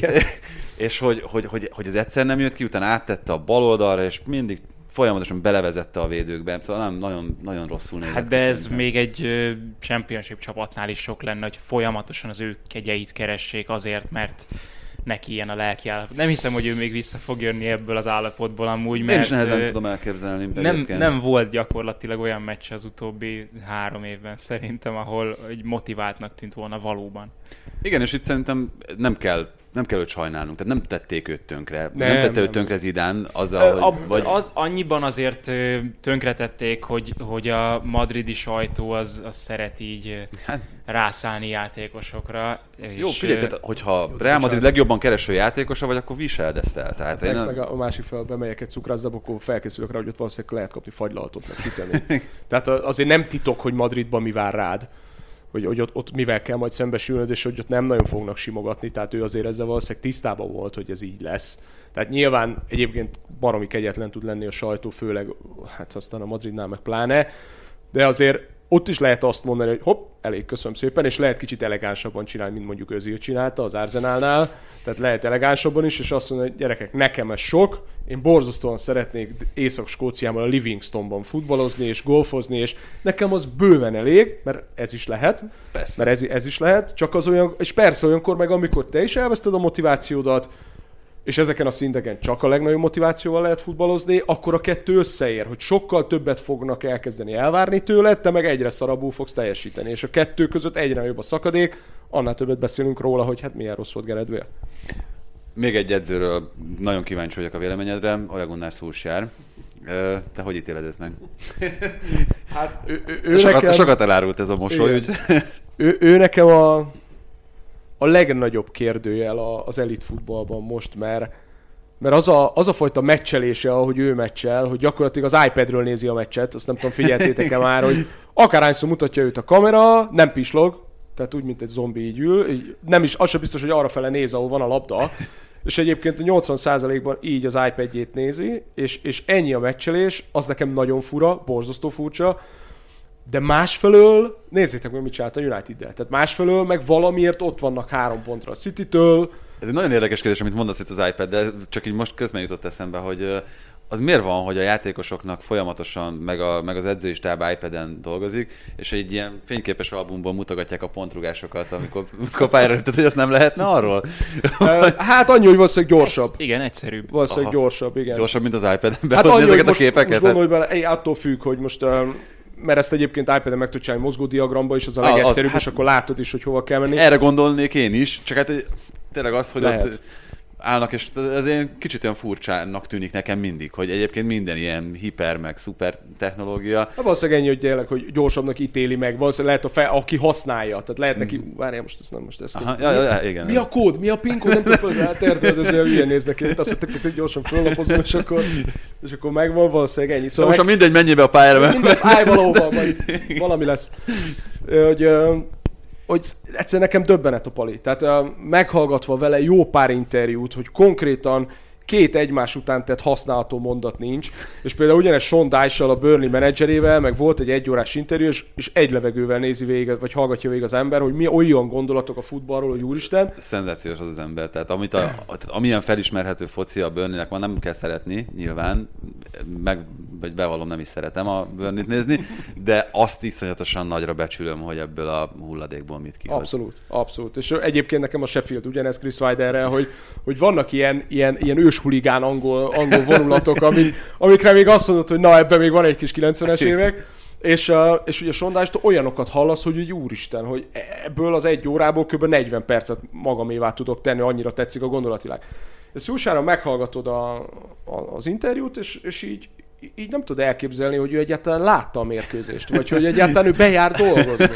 És hogy, hogy, hogy, hogy az egyszer nem jött ki, utána áttette a bal oldalra, és mindig folyamatosan belevezette a védőkbe, szóval nem, nagyon, nagyon rosszul nézett. Hát de ez szerintem. Még egy uh, championship csapatnál is sok lenne, hogy folyamatosan az ő kegyeit keressék azért, mert neki ilyen a lelki állapot. Nem hiszem, hogy ő még vissza fog jönni ebből az állapotból amúgy, mert... Én is nehezen uh, tudom elképzelni. Nem, nem volt gyakorlatilag olyan meccs az utóbbi három évben szerintem, ahol egy motiváltnak tűnt volna valóban. Igen, és itt szerintem nem kell nem kell őt sajnálnunk, tehát nem tették őt tönkre. Nem, nem tette nem. őt tönkre Zidane azzal, a, hogy... Vagy... Az annyiban azért tönkretették, hogy, hogy a madridi sajtó az, az szeret így hát. rászállni játékosokra. Jó, és figyelj, tehát, hogyha Real Madrid legjobban kereső játékosa vagy, akkor viseld ezt el. Tehát meg, én meg a másik fel, bemegyek egy cukrászdába, akkor felkészülök rá, hogy ott valószínűleg lehet kapni fagylaltot, meg süteni. Tehát azért nem titok, hogy Madridban mi vár rád. Hogy, hogy ott, ott mivel kell majd szembesülnöd, és hogy ott nem nagyon fognak simogatni, tehát ő azért ezzel valószínűleg tisztában volt, hogy ez így lesz. Tehát nyilván egyébként baromi kegyetlen tud lenni a sajtó, főleg, hát aztán a Madridnál meg pláne, de azért ott is lehet azt mondani, hogy hopp, elég, köszönöm szépen, és lehet kicsit elegánsabban csinálni, mint mondjuk Özil csinálta az Arsenalnál, tehát lehet elegánsabban is, és azt mondani, hogy gyerekek, nekem ez sok, én borzasztóan szeretnék Észak-Skóciában a Livingstonban futballozni és golfozni, és nekem az bőven elég, mert ez is lehet, persze. mert ez, ez is lehet, csak az olyan, és persze olyankor meg, amikor te is elveszted a motivációdat, és ezeken a szinteken csak a legnagyobb motivációval lehet futballozni, akkor a kettő összeér, hogy sokkal többet fognak elkezdeni elvárni tőled, te meg egyre szarabbul fogsz teljesíteni, és a kettő között egyre nagyobb a szakadék, annál többet beszélünk róla, hogy hát milyen rossz volt Gareth Bale. Még egy edzőről nagyon kíváncsi vagyok a véleményedre, Ole Gunnar Solskjaer. Te hogy ítéled ezt meg? Hát ő, ő, ő sokat, nekem... sokat elárult ez a mosoly. ő, ő nekem a, a legnagyobb kérdőjel az elit futballban most, mert, mert az, a, az a fajta meccselése, ahogy ő meccsel, hogy gyakorlatilag az iPadről nézi a meccset, azt nem tudom, figyeltétek-e már, hogy akárhányszor mutatja őt a kamera, nem pislog, tehát úgy, mint egy zombi így ül, így nem is, az sem biztos, hogy arrafele néz, ahol van a labda, és egyébként a nyolcvan százalékban így az iPadjét nézi, és, és ennyi a meccselés, az nekem nagyon fura, borzasztó furcsa, de másfelől, nézzétek meg, mit csinált a United-del. Tehát másfelől meg valamiért ott vannak három pontra a City-től. Ez egy nagyon érdekes kérdés, amit mondasz itt az iPad, de csak így most közben jutott eszembe, hogy az miért van, hogy a játékosoknak folyamatosan, meg, a, meg az edzői stáb iPad-en dolgozik, és egy ilyen fényképes albumból mutogatják a pontrugásokat, amikor, amikor pályára, tehát hogy azt nem lehetne arról? Hát annyi, hogy valószínűleg gyorsabb. Ez, igen, egyszerűbb. Valószínűleg Aha. gyorsabb, igen. Gyorsabb, mint az iPad-en behozni hát annyi, ezeket most, a képeket? Most gondolj bele, ej, attól függ, hogy most... mert ezt egyébként iPad-en meg tudod csinálni mozgódiagramba is, az a legegyszerűbb, hát, és akkor látod is, hogy hova kell menni. Erre gondolnék én is, csak hát tényleg az, hogy Lehet. ott állnak, és ez ilyen kicsit olyan furcsának tűnik nekem mindig, hogy egyébként minden ilyen hiper, meg szuper technológia. Hát valószínűleg ennyi, hogy tényleg, hogy gyorsabbnak ítéli meg, valószínűleg lehet, a fe, aki használja, tehát lehet neki, várjál most, ezt nem most ezt Aha, ja, ja, igen. Mi a kód, mi a PIN kód, nem tudom, hát érted, ez olyan hülyen néz neki, azt mondták, hogy gyorsan föllapozom, és akkor, és akkor megvan, valószínűleg ennyi. Szóval most meg... mindegy, mennyibe a pályára. Mindegy, állj valahova, majd valami lesz. Hogy, hogy egyszerűen nekem döbbenet a Pali. Tehát uh, meghallgatva vele jó pár interjút, hogy konkrétan két egymás után tett használható mondat nincs, és például ugyanez Sean Dyche-sal, a Burnley menedzserével, meg volt egy egyórás interjú, és, és egy levegővel nézi végig, vagy hallgatja végig az ember, hogy mi olyan gondolatok a futballról, hogy úristen. Szenzációs az az ember, tehát amit a, tehát amilyen felismerhető foci a Burnleynek van, nem kell szeretni, nyilván, meg, vagy bevallom, nem is szeretem a Burnleyt nézni, de azt iszonyatosan nagyra becsülöm, hogy ebből a hulladékból mit kihoz. Abszolút, abszolút. És egyébként nekem a Sheffield ugyanez Chris Wilderrel, hogy, hogy vannak ilyen, ilyen, ilyen őshuligán angol, angol vonulatok, amik, amikre még azt mondod, hogy na, ebben még van egy kis kilencvenes évek, és, uh, és ugye Sondástól olyanokat hallasz, hogy úgy úristen, hogy ebből az egy órából kb. negyven percet magamévá tudok tenni, annyira tetszik a gondolatilag. És Solskjaerra meghallgatod a, a, az interjút, és, és így, így nem tudod elképzelni, hogy ő egyáltalán látta a mérkőzést, vagy hogy egyáltalán ő bejár dolgozni.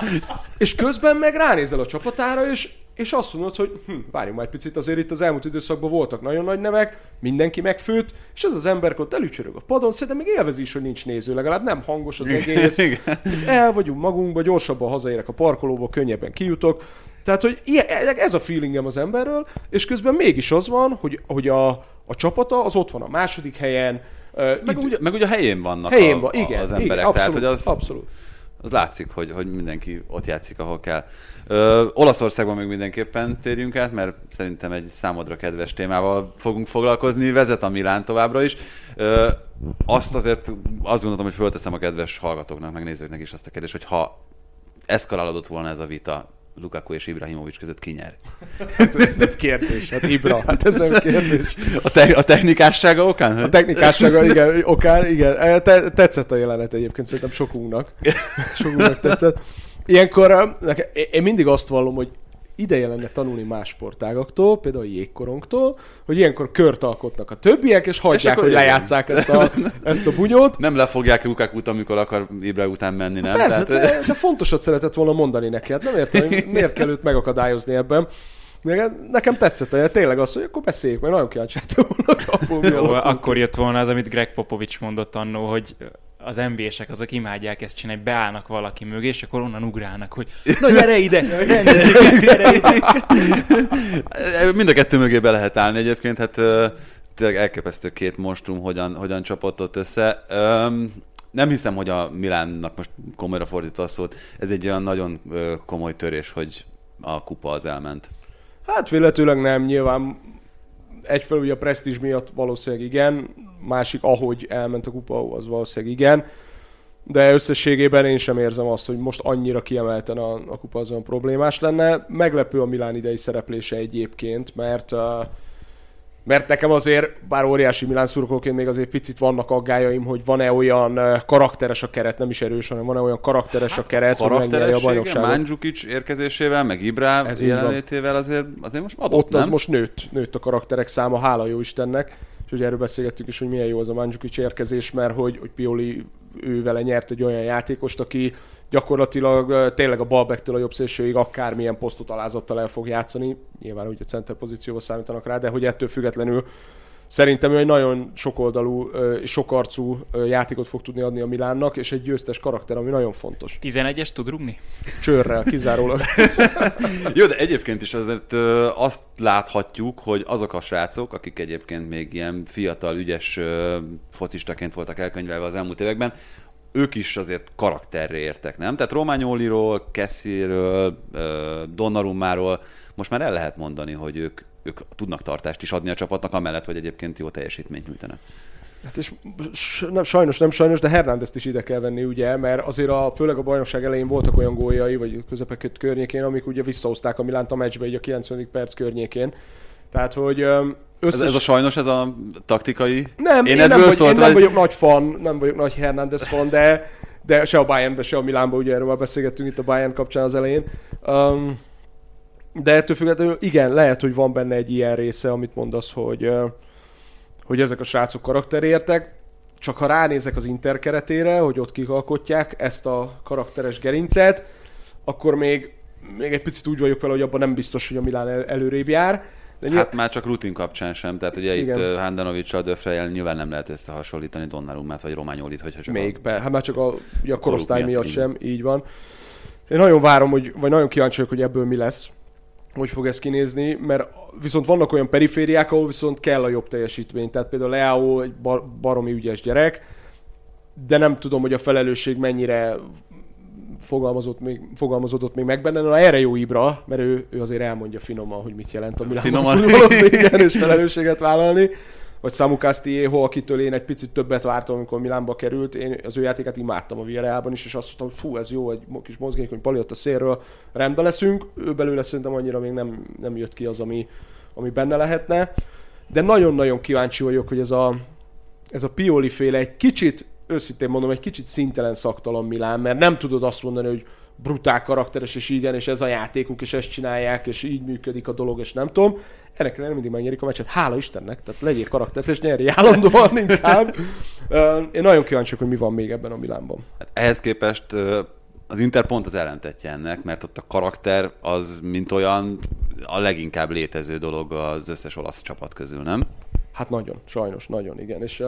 És közben meg ránézel a csapatára, és és azt mondod, hogy hm, várjunk már egy picit, azért itt az elmúlt időszakban voltak nagyon nagy nevek, mindenki megfőtt, és az az ember ott elücsörög a padon, szerintem még élvezi is, hogy nincs néző, legalább nem hangos az egész. El vagyunk magunkba, gyorsabban hazaérek a parkolóba, könnyebben kijutok. Tehát, hogy ilyen, ez a feelingem az emberről, és közben mégis az van, hogy, hogy a, a csapata az ott van a második helyen. Meg, úgy, meg úgy a helyén vannak helyén a, van, igen, az emberek, igen, abszolút, tehát hogy az, abszolút. az látszik, hogy, hogy mindenki ott játszik, ahol kell. Ö, Olaszországban még mindenképpen térjünk át, mert szerintem egy számodra kedves témával fogunk foglalkozni, vezet a Milán továbbra is. Ö, azt azért azt gondoltam, hogy fölteszem a kedves hallgatóknak, meg nézőknek is azt a kérdést, hogy ha eszkalálódott volna ez a vita Lukaku és Ibrahimovic között, ki nyer? Hát ez nem kérdés, hát Ibra, hát ez nem kérdés. A, te- a technikássága okán? A technikássága, igen, okán, igen. Te- tetszett a jelenet egyébként, szerintem sokunknak. Sokunknak tetszett. Ilyenkor én mindig azt vallom, hogy ideje lenne tanulni más sportágaktól, például a jégkorongtól, hogy ilyenkor kört alkotnak a többiek, és hagyják, és hogy lejátsszák ezt a, ezt a bunyót. Nem lefogják Lukakut, amikor akar Ibra után menni, nem? Persze, Tehát... de, de fontosat szeretett volna mondani neki. Hát nem értem, hogy miért kell őt megakadályozni ebben. Nekem tetszett, hogy tényleg az, hogy akkor beszéljük, mert nagyon kíváncsi volna. Akkor jött volna az, amit Greg Popovich mondott annó, hogy az en bé á-sek azok imádják ezt csinálni, beállnak valaki mögé, és akkor onnan ugrálnak, hogy na gyere ide, rendezzük, gyere ide. Mind a kettő mögé be lehet állni egyébként, hát tényleg elképesztő két monstrum, hogyan, hogyan csapott ott össze. Um, nem hiszem, hogy a Milánnak most komolyra fordítva a szót, ez egy olyan nagyon komoly törés, hogy a kupa az elment. Hát véletőleg nem, nyilván egyfelől ugye a presztízs miatt valószínűleg igen, másik ahogy elment a kupa, az valószínűleg igen, de összességében én sem érzem azt, hogy most annyira kiemelten a, a kupa azon problémás lenne. Meglepő a Milán idei szereplése egyébként, mert, mert nekem azért, bár óriási Milán szurkolóként még azért picit vannak aggájaim, hogy van-e olyan karakteres a keret, nem is erős, hanem van-e olyan karakteres hát, a keret, hogy megnyerje a bajnokságot. Mandzukic érkezésével, meg Ibra jelenlétével azért, azért most adott, ott nem? az most nőtt, nőtt a karakterek száma, hála jó Istennek. És ugye erről beszélgettük is, hogy milyen jó az a Mandzukic érkezés, mert hogy, hogy Pioli ő vele nyert egy olyan játékost, aki gyakorlatilag tényleg a balbacktől a jobb szélsőig akármilyen posztot alázattal el fog játszani. Nyilván ugye center pozícióba számítanak rá, de hogy ettől függetlenül szerintem ő egy nagyon sokoldalú és sokarcú játékot fog tudni adni a Milánnak, és egy győztes karakter, ami nagyon fontos. tizenegyes tud rúgni? Csőrrel, kizárólag. Jó, de egyébként is azért azt láthatjuk, hogy azok a srácok, akik egyébként még ilyen fiatal, ügyes focistaként voltak elkönyvelve az elmúlt években, ők is azért karakterre értek, nem? Tehát Romagnoliról, Kessiről, Donnarummáról most már el lehet mondani, hogy ők ők tudnak tartást is adni a csapatnak, amellett, hogy egyébként jó teljesítményt nyújtanak. Hát és nem, sajnos, nem sajnos, de Hernándezt is ide kell venni, ugye, mert azért a, főleg a bajnokság elején voltak olyan góljai, vagy közepek környékén, amik ugye visszahozták a Milánt a meccsbe, így a kilencvenedik perc környékén. Tehát, hogy összes... ez, ez a sajnos, ez a taktikai? Nem, én, én, nem, vagy, én nem vagyok nagy fan, nem vagyok nagy Hernández fan, de, de se a Bayernben, se a Milánban, ugye erről már beszélgettünk itt a Bayern kapcsán az elején. Um, De ettől függetlenül igen, lehet, hogy van benne egy ilyen része, amit mondasz, hogy, hogy ezek a srácok karakterértek, csak ha ránézek az Inter keretére, hogy ott kikalkotják ezt a karakteres gerincet, akkor még, még egy picit úgy vagyok vele, hogy abban nem biztos, hogy a Milán el, előrébb jár. De nyilv... Hát már csak rutin kapcsán sem, tehát ugye igen. Itt Handanovic-sal, Döfrejel nyilván nem lehet összehasonlítani Donnarummát vagy Romagnolit, hogyha csak még a... be, hát már csak a, a, a korosztály miatt, miatt sem, így van. Én nagyon várom, hogy, vagy nagyon kíváncsi vagyok, hogy ebből mi lesz, hogy fog ez kinézni, mert viszont vannak olyan perifériák, ahol viszont kell a jobb teljesítmény. Tehát például Leao egy bar- baromi ügyes gyerek, de nem tudom, hogy a felelősség mennyire fogalmazott még, fogalmazódott még meg benne. Na erre jó Ibra, mert ő, ő azért elmondja finoman, hogy mit jelent a Milánban futballozni és felelősséget vállalni. Vagy Samu Castillejo, akitől én egy picit többet vártam, amikor Milánba került. Én az ő játékát imádtam a Villarrealban is, és azt mondtam, hogy fú, ez jó, egy kis mozgékony pali ott a szélről, rendben leszünk. Ő belőle szerintem annyira még nem, nem jött ki az, ami, ami benne lehetne. De nagyon-nagyon kíváncsi vagyok, hogy ez a, ez a Pioli féle egy kicsit, őszintén mondom, egy kicsit szintelen szaktalan Milán, mert nem tudod azt mondani, hogy brutál karakteres, és igen, és ez a játékuk, és ezt csinálják, és így működik a dolog, és nem tudom. Ennek ellenére mindig megnyerik a meccset. Hála Istennek, tehát legyél karakteres, és nyerj állandóan inkább. Én nagyon kíváncsi, hogy mi van még ebben a Milánban. Hát ehhez képest az Inter pont az ellentetje ennek, mert ott a karakter az, mint olyan, a leginkább létező dolog az összes olasz csapat közül, nem? Hát nagyon, sajnos, nagyon, igen. És,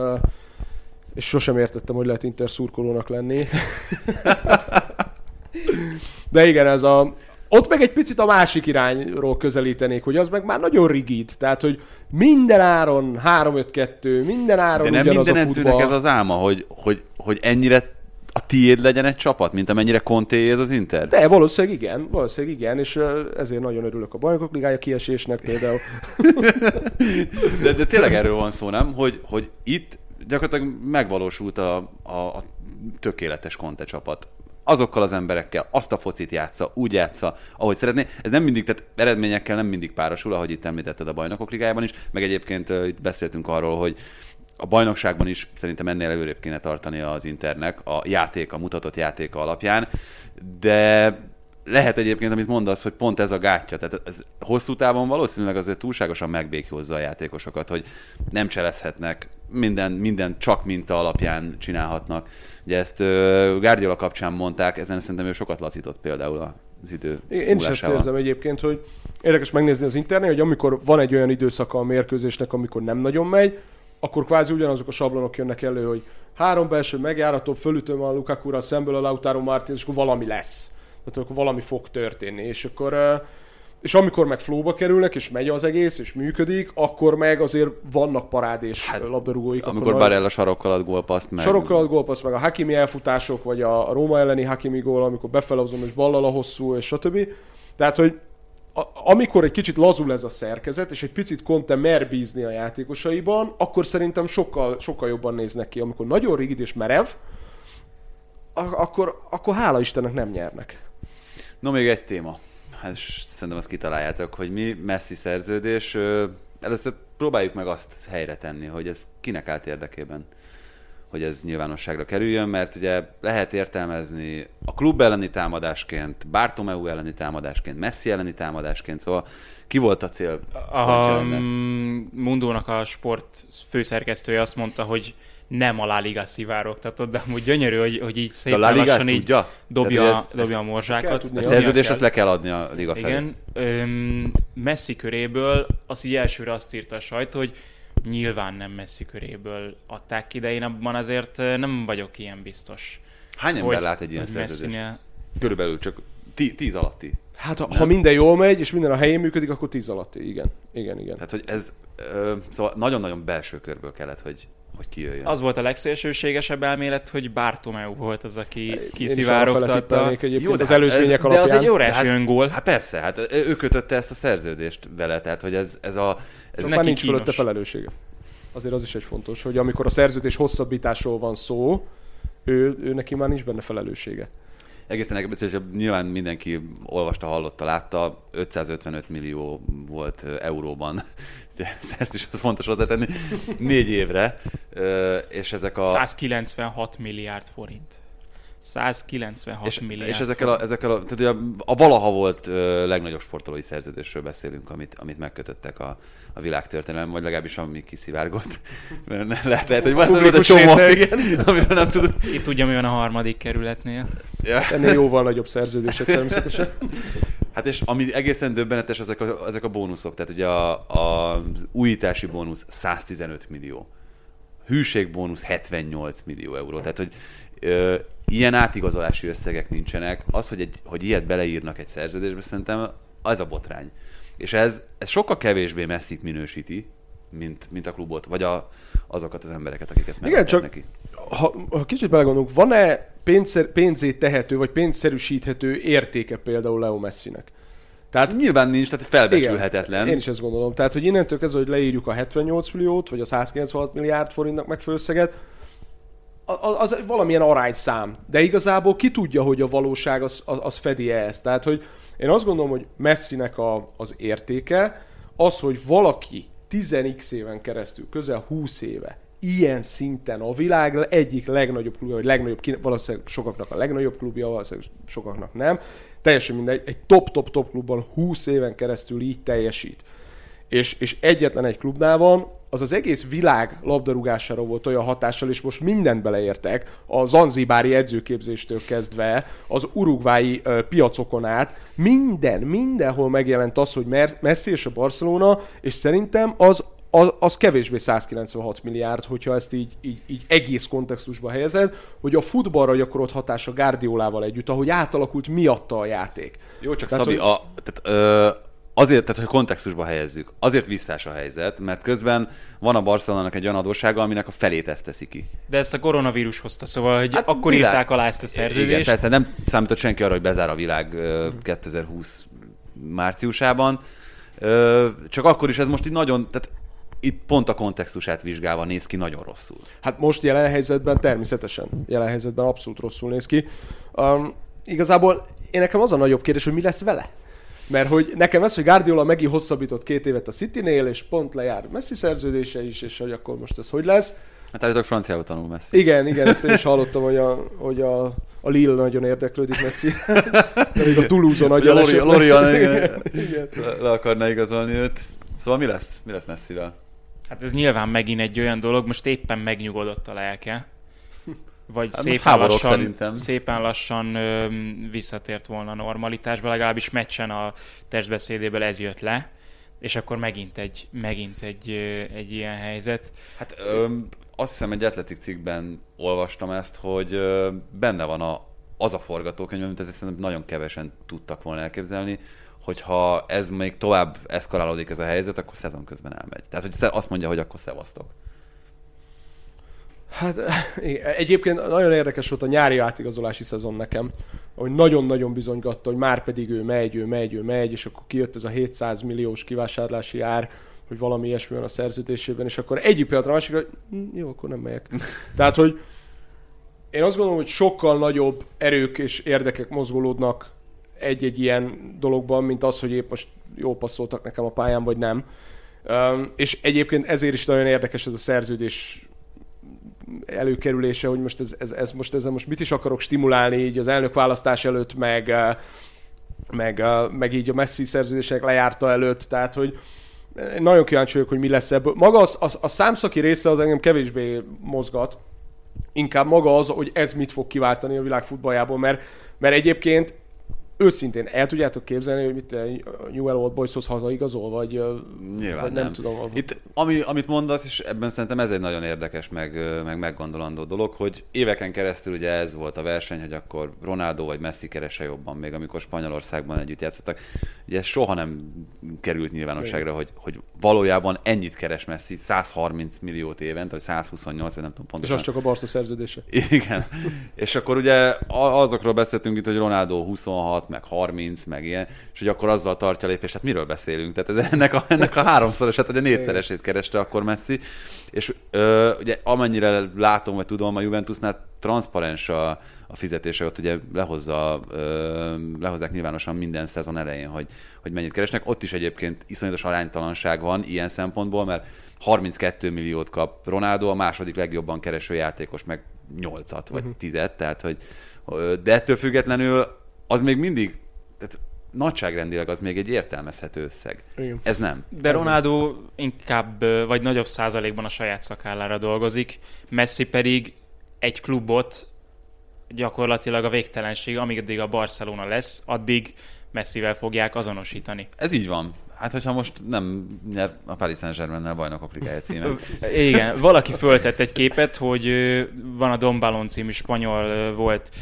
és sosem értettem, hogy lehet Inter szurkolónak lenni. De igen, ez a Ott meg egy picit a másik irányról közelítenék, hogy az meg már nagyon rigid. Tehát, hogy minden áron három öt kettő, minden áron de nem ugyanaz minden a futball. edzőnek ez az álma, hogy, hogy, hogy ennyire a tiéd legyen egy csapat, mint amennyire Conté ez az Inter? De valószínűleg igen, valószínűleg igen, és ezért nagyon örülök a Bajnokok Ligája kiesésnek például. de, de tényleg erről van szó, nem? Hogy, hogy itt gyakorlatilag megvalósult a, a, a tökéletes Conte csapat. Azokkal az emberekkel, azt a focit játsza, úgy játsza, ahogy szeretné. Ez nem mindig, tehát eredményekkel nem mindig párosul, ahogy itt említetted a Bajnokok Ligájában is, meg egyébként uh, itt beszéltünk arról, hogy a bajnokságban is szerintem ennél előrébb kéne tartani az Internek a játék, a mutatott játéka alapján, de lehet egyébként, amit mondasz, hogy pont ez a gátja. Tehát ez hosszú távon valószínűleg azért túlságosan megbékjózza a játékosokat, hogy nem cselezhetnek, minden, minden csak minta alapján csinálhatnak. Ugye ezt uh, Guardiola kapcsán mondták, ezen szerintem ő sokat lazított például az idő Én is ezt érzem egyébként, hogy érdekes megnézni az Internél, hogy amikor van egy olyan időszaka a mérkőzésnek, amikor nem nagyon megy, akkor kvázi ugyanazok a sablonok jönnek elő, hogy három belső megjáratom, fölütöm a Lukaku-ra szemből a Lautaro Martínez, és akkor valami lesz. Tehát akkor valami fog történni. És akkor és amikor meg flowba kerülnek, és megy az egész, és működik, akkor meg azért vannak parádés hát, labdarúgóik. Amikor Barella sarokkal ad gólpaszt meg. Sarokkal ad gólpaszt, meg a Hakimi elfutások, vagy a Róma elleni Hakimi gól, amikor befelhozom, és ballal a hosszú, és stb. Tehát, hogy a, amikor egy kicsit lazul ez a szerkezet, és egy picit Conte mer bízni a játékosaiban, akkor szerintem sokkal, sokkal jobban néznek ki. Amikor nagyon rigid és merev, akkor, akkor hála Istennek nem nyernek. No, még egy téma. Hát szerintem azt kitaláljátok, hogy mi Messi szerződés. Először próbáljuk meg azt helyre tenni, hogy ez kinek állt érdekében, hogy ez nyilvánosságra kerüljön, mert ugye lehet értelmezni a klub elleni támadásként, Bartomeu elleni támadásként, Messi elleni támadásként, szóval ki volt a cél? A Mundónak a sport főszerkesztője azt mondta, hogy nem a La Liga szivárogtatott, de amúgy gyönyörű, hogy, hogy így szépen lassan így tudja? dobja, Tehát, ez, dobja a morzsákat. A szerződést azt le kell adni a liga felé. Igen. Öm, Messi köréből az így elsőre azt írta a sajtó, hogy nyilván nem Messi köréből adták ki, de én abban azért nem vagyok ilyen biztos. Hány ember lát egy ilyen szerződést? Messinél... Körülbelül csak tí, tíz alatti. Hát ha, ha minden jól megy, és minden a helyén működik, akkor tíz alatti, igen. Igen, igen. Tehát, hogy ez ö, szóval nagyon-nagyon belső körből kellett, hogy hogy kijöjjön. Az volt a legszélsőségesebb elmélet, hogy Bartomeu volt az, aki kiszivárogtatta. Jó, az előzmények alapján. De az egy óriási öngól. Hát persze, hát ő kötötte ezt a szerződést vele, tehát hogy ez, ez a... Ez már nincs kínos. Fölötte felelőssége. Azért az is egy fontos, hogy amikor a szerződés hosszabbításról van szó, ő, ő neki már nincs benne felelőssége. Egészen hogy nyilván mindenki olvasta, hallotta, látta, ötszázötvenöt millió volt euróban. Ezt is fontos hozzátenni. Négy évre. És ezek a... százkilencvenhat milliárd forint. százkilencvenhat és, milliárd és ezekkel a, ezekkel a, tehát a, a valaha volt uh, legnagyobb sportolói szerződésről beszélünk, amit, amit megkötöttek a, a világtörténelem, vagy legalábbis ami kiszivárgott. Lehet, lehet, hogy van egy csomó, amiről nem tudom. Itt tudja, mi van a harmadik kerületnél. Ja. Ennél jóval nagyobb szerződések természetesen. Hát és ami egészen döbbenetes, ezek a, ezek a bónuszok. Tehát ugye a, a, az újítási bónusz száztizenöt millió. Hűségbónusz hetvennyolc millió euró. Tehát, hogy ö, ilyen átigazolási összegek nincsenek. Az, hogy, egy, hogy ilyet beleírnak egy szerződésbe, szerintem az a botrány. És ez, ez sokkal kevésbé Messit minősíti, mint, mint a klubot, vagy a, azokat az embereket, akik ezt megadták neki. Ha, ha kicsit belegondolunk, van-e pénzer, pénzét tehető, vagy pénzszerűsíthető értéke például Leo Messinek? Tehát nyilván nincs, tehát felbecsülhetetlen. Igen, én is ezt gondolom. Tehát, hogy innentől kezdve, hogy leírjuk a hetvennyolc milliót, vagy a százkilencvenhat milliárd forintnak megfőszeget, az, az valamilyen arányszám. De igazából ki tudja, hogy a valóság az, az, az fedi ezt. Tehát, hogy én azt gondolom, hogy Messinek a, az értéke az, hogy valaki tíz x éven keresztül, közel húsz éve ilyen szinten a világ egyik legnagyobb klubja, vagy legnagyobb, valószínűleg sokaknak a legnagyobb klubja, valószínűleg sokaknak nem. Teljesen mindegy, egy top-top-top klubban húsz éven keresztül így teljesít. És, és egyetlen egy klubnál van, az az egész világ labdarúgására volt olyan hatással, és most mindent beleértek, a zanzibári edzőképzéstől kezdve, az urugvái uh, piacokon át, minden, mindenhol megjelent az, hogy Messi és a Barcelona, és szerintem az az, az kevésbé százkilencvenhat milliárd, hogyha ezt így, így, így egész kontextusba helyezed, hogy a futballra gyakorolt hatása Guardiolával együtt, ahogy átalakult miatta a játék. Jó, csak tehát, Szabi, hogy... a, tehát, ö, azért, tehát, hogy kontextusba helyezzük, azért visszás a helyzet, mert közben van a Barcelonának egy olyan adóssága, aminek a felét ezt teszi ki. De ezt a koronavírus hozta, szóval, hogy Hát akkor világ... írták alá ezt a szerződést. Igen, persze, nem számított senki arra, hogy bezár a világ ö, kétezer-húsz márciusában. Ö, csak akkor is ez most így nagyon, tehát itt pont a kontextusát vizsgálva néz ki nagyon rosszul. Hát most jelen helyzetben természetesen, jelen helyzetben abszolút rosszul néz ki. Um, igazából én nekem az a nagyobb kérdés, hogy mi lesz vele. Mert hogy nekem ez, hogy Guardiola megint hosszabbított két évet a Citynél, és pont lejár Messi szerződése is, és hogy akkor most ez hogy lesz. Hát állítólag franciául tanul Messi. Igen, igen, ezt én is hallottam, hogy a, hogy a, a Lille nagyon érdeklődik Messi. De még a Toulouse-on nagyon a Lorient igen, igen. Le, le akarná igazolni őt. Szóval mi lesz? Mi lesz Messivel? Hát ez nyilván megint egy olyan dolog, most éppen megnyugodott a lelke. Vagy hát szépen lassan, szerintem. szépen lassan ö, visszatért volna a normalitásba, legalábbis meccsen a testbeszédéből ez jött le, és akkor megint egy, megint egy, ö, egy ilyen helyzet. Hát ö, azt hiszem egy Athletic cikkben olvastam ezt, hogy ö, benne van a, az a forgatókönyv, amit ezt szerintem nagyon kevesen tudtak volna elképzelni, hogyha ez még tovább eszkalálódik ez a helyzet, akkor szezon közben elmegy. Tehát, hogy azt mondja, hogy akkor szevasztok. Hát egyébként nagyon érdekes volt a nyári átigazolási szezon nekem, hogy nagyon-nagyon bizonygatta, hogy már pedig ő megy, ő megy, ő megy, és akkor kijött ez a hétszáz milliós kivásárlási ár, hogy valami ilyesmi van a szerződésében, és akkor egyik pillanatra másikra, hogy hm, jó, akkor nem megyek. Tehát, hogy én azt gondolom, hogy sokkal nagyobb erők és érdekek mozgolódnak egy-egy ilyen dologban, mint az, hogy épp most jól passzoltak nekem a pályán, vagy nem. Um, és egyébként ezért is nagyon érdekes ez a szerződés előkerülése, hogy most ez, ez, ez most ezzel most mit is akarok stimulálni így az elnökválasztás előtt, meg, meg, meg így a Messi szerződések lejárta előtt, tehát hogy nagyon kíváncsi vagyok, hogy mi lesz ebből. Maga az, az, a számszaki része az engem kevésbé mozgat, inkább maga az, hogy ez mit fog kiváltani a világ futballjából, mert, mert egyébként őszintén el tudjátok képzelni, hogy mit a Newell Old Boyshoz hazaigazol, vagy, Nyilván vagy nem, nem tudom. Itt, ami, amit mondasz, és ebben szerintem ez egy nagyon érdekes, meg, meg meggondolandó dolog, hogy éveken keresztül ugye ez volt a verseny, hogy akkor Ronaldo vagy Messi keresse jobban, még amikor Spanyolországban együtt játszottak. Ugye ez soha nem került nyilvánosságra, hogy, hogy valójában ennyit keres Messi, száz harminc milliót évente, vagy száz huszonnyolc, vagy nem tudom pontosan. És az csak a Barca szerződése. Igen. És akkor ugye azokról beszéltünk itt, hogy Ronaldo huszonhat, meg harminc, meg ilyen, és hogy akkor azzal tartja lépést, hát miről beszélünk? Tehát ez ennek a, ennek a háromszorosát, vagy a négyszeresét kereste akkor Messi, és ö, ugye amennyire látom, vagy tudom, a Juventusnál transzparens a, a fizetése, ott ugye lehozza, ö, lehozzák nyilvánosan minden szezon elején, hogy, hogy mennyit keresnek. Ott is egyébként iszonyatos aránytalanság van ilyen szempontból, mert harminckettő milliót kap Ronaldo, a második legjobban kereső játékos meg nyolcat, vagy uh-huh. tízet, tehát hogy de ettől függetlenül az még mindig, tehát nagyságrendileg az még egy értelmezhető összeg. Igen. Ez nem. De Ronaldo inkább, vagy nagyobb százalékban a saját szakállára dolgozik, Messi pedig egy klubot gyakorlatilag a végtelenség, amíg addig a Barcelona lesz, addig Messivel fogják azonosítani. Ez így van. Hát, hogyha most nem nyer a Paris Saint-Germain-nel bajnokok ligája címet. Igen, valaki föltett egy képet, hogy van a Don Balón című spanyol volt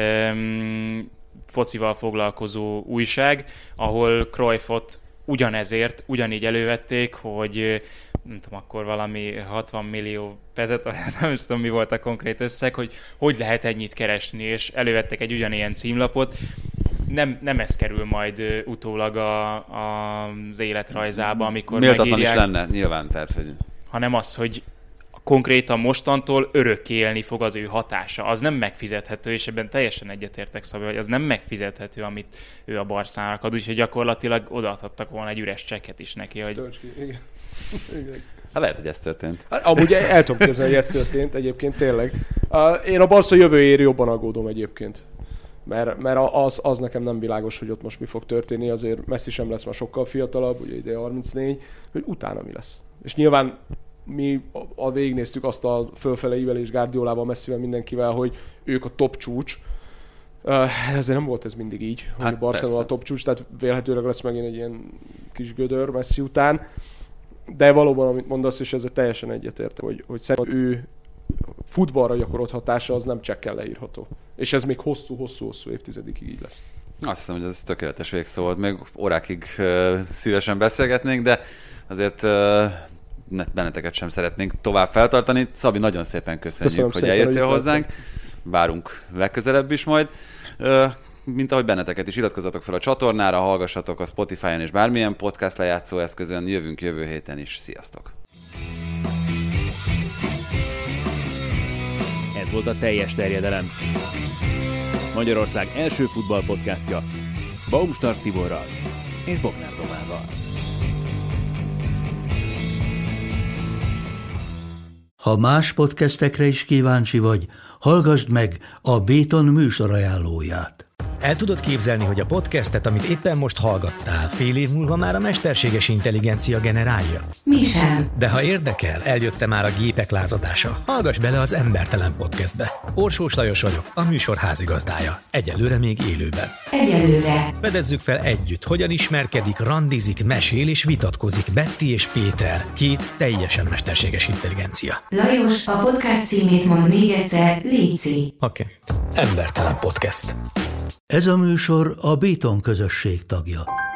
um, focival foglalkozó újság, ahol Cruyffot ugyanezért, ugyanígy elővették, hogy nem tudom, akkor valami hatvan millió pezet, nem is tudom, mi volt a konkrét összeg, hogy hogy lehet ennyit keresni, és elővettek egy ugyanilyen címlapot. Nem, nem ez kerül majd utólag a, a, az életrajzába, amikor méltatlan megírják. Is lenne, nyilván, tehát, hogy... Hanem az, hogy konkrétan mostantól örökké élni fog az ő hatása. Az nem megfizethető, és ebben teljesen egyetértek Szabi, hogy az nem megfizethető, amit ő a Barszának ad, úgyhogy gyakorlatilag odaadhattak volna egy üres csekket is neki. Hogy... Igen. Igen. Hát lehet, hogy ez történt. Hát, amúgy el tudom képzelni, hogy ez történt egyébként, tényleg. Uh, én a Barca jövőjéért jobban aggódom egyébként. Mert, mert az, az nekem nem világos, hogy ott most mi fog történni, azért Messi sem lesz már sokkal fiatalabb, ugye ide harmincnégy, hogy utána mi lesz. És nyilván mi a végignéztük azt a fölfele ívelés Guardiolával, Messivel, mindenkivel, hogy ők a top csúcs. Uh, ezért nem volt ez mindig így, hogy hát a Barcelona a top csúcs, tehát vélhetőleg lesz megint egy ilyen kis gödör Messi után. de valóban, amit mondasz, és ezzel teljesen egyetértek, hogy, hogy szerintem ő futballra gyakorolt hatása az nem csekkel leírható. És ez még hosszú-hosszú-hosszú évtizedekig így lesz. Azt hiszem, hogy ez tökéletes végszó volt. Még órákig uh, szívesen beszélgetnénk, de azért uh, benneteket sem szeretnénk tovább feltartani. Szabi, nagyon szépen köszönjük, Köszönöm hogy szépen, eljöttél hogy hozzánk. Várunk legközelebb is majd. Uh, mint ahogy benneteket is, iratkozzatok fel a csatornára, hallgassatok a Spotify-on és bármilyen podcast lejátszó eszközön. Jövünk jövő héten is. Sziasztok! Ez volt a Teljes terjedelem. Magyarország első futballpodcastja Baumstark Tiborral és Bognár Domával. Ha más podcastekre is kíváncsi vagy, hallgassd meg a Béton műsor ajánlóját. El tudod képzelni, hogy a podcastet, amit éppen most hallgattál, fél év múlva már a mesterséges intelligencia generálja? Mi sem. De ha érdekel, eljött már a gépek lázadása. Hallgass bele az Embertelen podcastbe. Orsós Lajos vagyok, a műsor házigazdája. Egyelőre még élőben. Egyelőre. Fedezzük fel együtt, hogyan ismerkedik, randizik, mesél és vitatkozik Betty és Péter, két teljesen mesterséges intelligencia. Lajos, a podcast címét mond még egyszer, léci. Oké. Okay. Embertelen podcast. Ez a műsor a Béton közösség tagja.